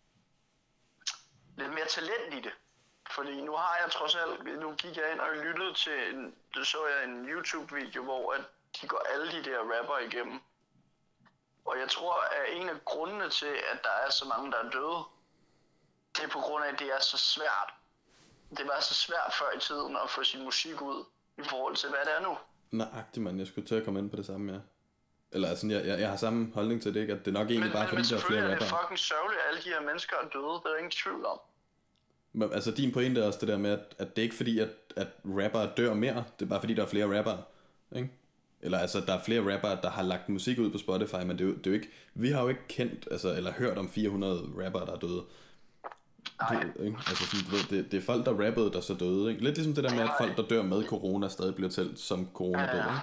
lidt mere talent i det. Fordi nu har jeg trods alt, nu gik jeg ind og lyttede til, en, så jeg en YouTube-video, hvor at de går alle de der rapper igennem. Og jeg tror, at en af grundene til, at der er så mange, der er døde, det er på grund af, at det er så svært. Det var så svært før i tiden at få sin musik ud, i forhold til, hvad det er nu. Nøjagtigt, man. Jeg skulle til at komme ind på det samme, ja. Eller altså, jeg, jeg, jeg har samme holdning til det, ikke? At det er nok egentlig men, bare men, fordi, der er flere rapper. Men selvfølgelig er det fucking sørgeligt, at alle de her mennesker er døde. Det er der ingen tvivl om. Men altså din pointe er også det der med, at, at det er ikke fordi, at, at rappere dør mere. Det er bare fordi, der er flere rappere, ikke? Eller altså, der er flere rappere, der har lagt musik ud på Spotify, men det er jo, det er jo ikke... Vi har jo ikke kendt, altså, eller hørt om fire hundrede rappere, der er døde. Nej. Det, ikke? Altså, sådan, du ved, det, det er folk, der rappede, der så døde, ikke? Lidt ligesom det der med, at folk, der dør med corona, stadig bliver talt som corona døde, ikke?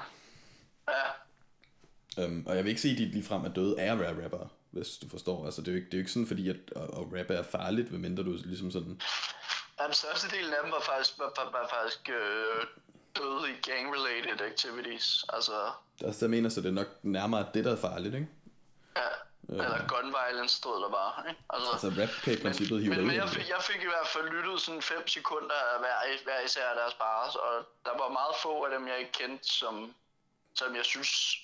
Ja. Um, og jeg vil ikke sige, at de ligefrem er døde af at være rapper, hvis du forstår. Altså, det er jo ikke, det er jo ikke sådan, fordi at at, at rappe er farligt, medmindre du ligesom sådan... Ja, den største del af dem var faktisk, var, var, var faktisk øh, døde i gang-related activities, altså... Det er også det, jeg mener, så det er nok nærmere det, der er farligt, ikke? Ja, øh. eller gun violence stod der bare, ikke? Altså, altså rap kan i princippet hive men, ud. Men jeg fik, jeg fik i hvert fald lyttet sådan fem sekunder af hver, hver især af deres bars, og der var meget få af dem, jeg ikke kendte, som, som jeg synes...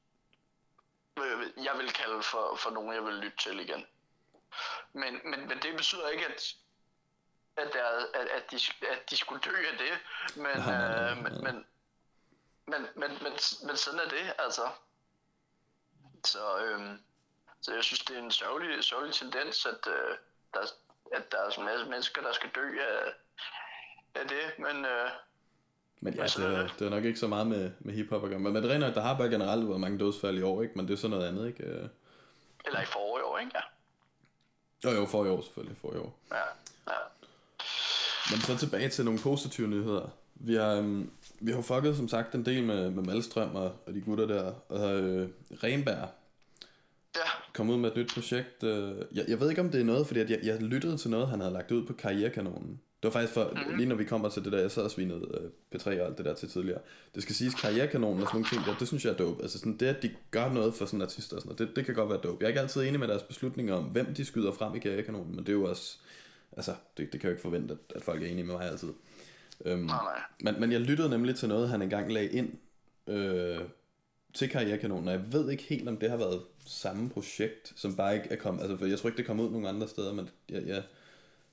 jeg vil kalde for, for nogen, jeg vil lytte til igen. Men, men, men det betyder ikke, at, at, der, at, at, de, at de skulle dø af det. Men, nej, nej, nej, nej. Øh, men, men, men, men, men, men sådan er det, altså. Så, øhm, så jeg synes, det er en sørgelig, sørgelig tendens, at, øh, der, at der er en masse mennesker, der skal dø af, af det. Men... Øh, Men ja, det er, det er nok ikke så meget med, med hiphop at gøre. Men det render, der har bare generelt været mange dødsfald i år, ikke? Men det er sådan noget andet, ikke? Eller i forrige år, ikke? Ja. Jo, jo, forrige år selvfølgelig, forrige år. Ja, ja. Men så tilbage til nogle positive nyheder. Vi har, um, vi har fucket, som sagt, en del med, med Malstrøm og, og de gutter der. Og øh, Renberg ja. kom ud med et nyt projekt. Øh, jeg, jeg ved ikke, om det er noget, fordi at jeg, jeg lyttede til noget, han havde lagt ud på Karrierekanonen. Det var faktisk for, mm-hmm. lige når vi kommer til det der, jeg sad og svinede uh, P tre og alt det der til tidligere. Det skal siges, Karrierekanonen og sådan nogle ting der, det synes jeg er dope. Altså sådan det, at de gør noget for sådan artister og sådan noget, det, det kan godt være dope. Jeg er ikke altid enig med deres beslutninger om, hvem de skyder frem i Karrierekanonen, men det er jo også, altså det, det kan jeg jo ikke forvente, at, at folk er enige med mig altid. Um, nej, nej. Men, men jeg lyttede nemlig til noget, han engang lagde ind øh, til Karrierekanonen, og jeg ved ikke helt, om det har været samme projekt, som bare ikke er kommet, altså for jeg tror ikke, det kom ud nogen andre steder, men jeg, jeg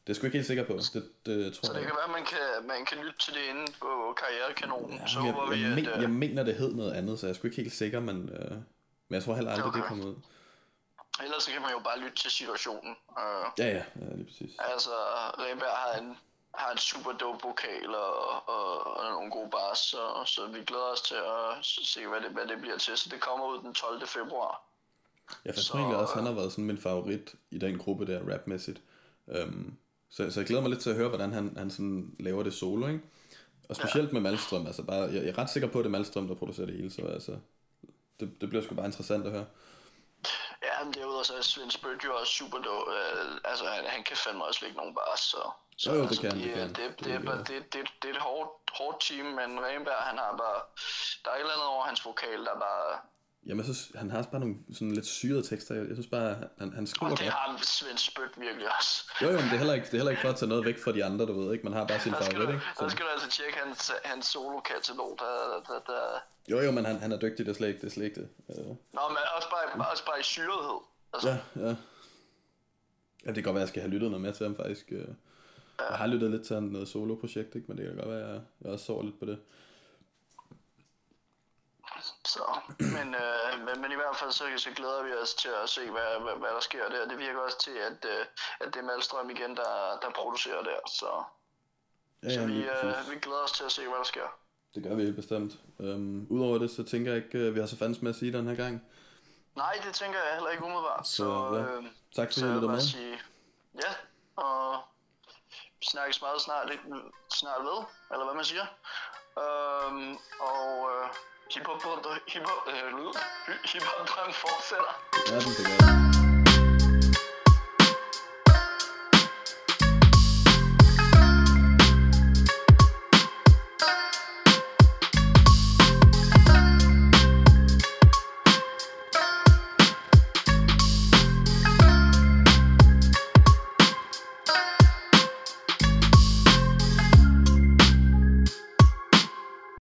Det er sgu ikke helt sikker på. Det, det tror Så det jeg. kan være, at man kan, man kan lytte til det inde på Karrierekanonen. Ja, Så jeg, håber jeg, vi, jeg, at... men, øh, jeg mener, det hed noget andet, så jeg er sgu ikke helt sikker, men, øh, men jeg tror heller aldrig, Okay. det kommer ud. Ellers så kan man jo bare lytte til situationen. Uh, Ja, ja, ja, lige præcis. altså, Renberg har en, har en super dope vokal og, og, og nogle gode bars, så, så vi glæder os til at se, hvad det, hvad det bliver til. Så det kommer ud den tolvte februar. Jeg Så, tror egentlig også, han har været sådan min favorit i den gruppe der, rapmæssigt. Um, så, så jeg glæder mig lidt til at høre, hvordan han, han sådan laver det solo, ikke? Og specielt ja. med Malmstrøm, altså bare, jeg, jeg er ret sikker på, at det er Malmstrøm, der producerer det hele, så altså, det, det bliver sgu bare interessant at høre. Ja, men derudover så er Svend Spødt jo også super dope. Uh, altså, han, han kan fandme også lægge nogle bars, så... så jo, jo, det altså, kan han, de, det kan det, han. det, det, er bare, det, det, det er et hårdt, hårdt team, men Renberg, han har bare... Der er et eller andet over hans vokal, der bare... Jamen, jeg synes, han har også bare nogle sådan lidt syrede tekster. Jeg synes bare, han, han skriver Og det godt. har Svend Spødt virkelig også. Jo, jo, men det er, heller ikke, det er heller ikke for at tage noget væk fra de andre, du ved, ikke? Man har bare sin Der skal, favorit, du, ikke? der Så, skal du altså tjekke hans, hans solo-katalog, der, der, der... jo, jo, men han, han er dygtig, det er slet ikke det. Er slet ikke det. Uh, Nå, men også bare, også bare i syrethed. Altså, ja, ja. Ja, det kan godt være, at jeg skal have lyttet noget mere til ham, faktisk. Uh, jeg har lyttet lidt til noget solo-projekt, ikke? Men det kan godt være, at jeg, jeg også sover lidt på det. så, men, øh, men, men i hvert fald så, så glæder vi os til at se, hvad, hvad, hvad der sker der. Det virker også til, at, øh, at det er Malmstrøm igen, der, der producerer der. Så, Ja, så ja, vi, lige præcis. øh, vi glæder os til at se, hvad der sker. Det gør vi helt bestemt. Um, Udover det, så tænker jeg ikke, at vi har så fandens med at sige den her gang. Nej, det tænker jeg heller ikke umiddelbart. Så, Så, ja. øh, Tak fordi så I jeg vil lyttede bare med. sige, ja, og vi snakkes meget snart, snart ved, eller hvad man siger. Øhm, og øh, hiphop, hiphop, øh, hiphop drøm fortsætter. Ja, den det gør.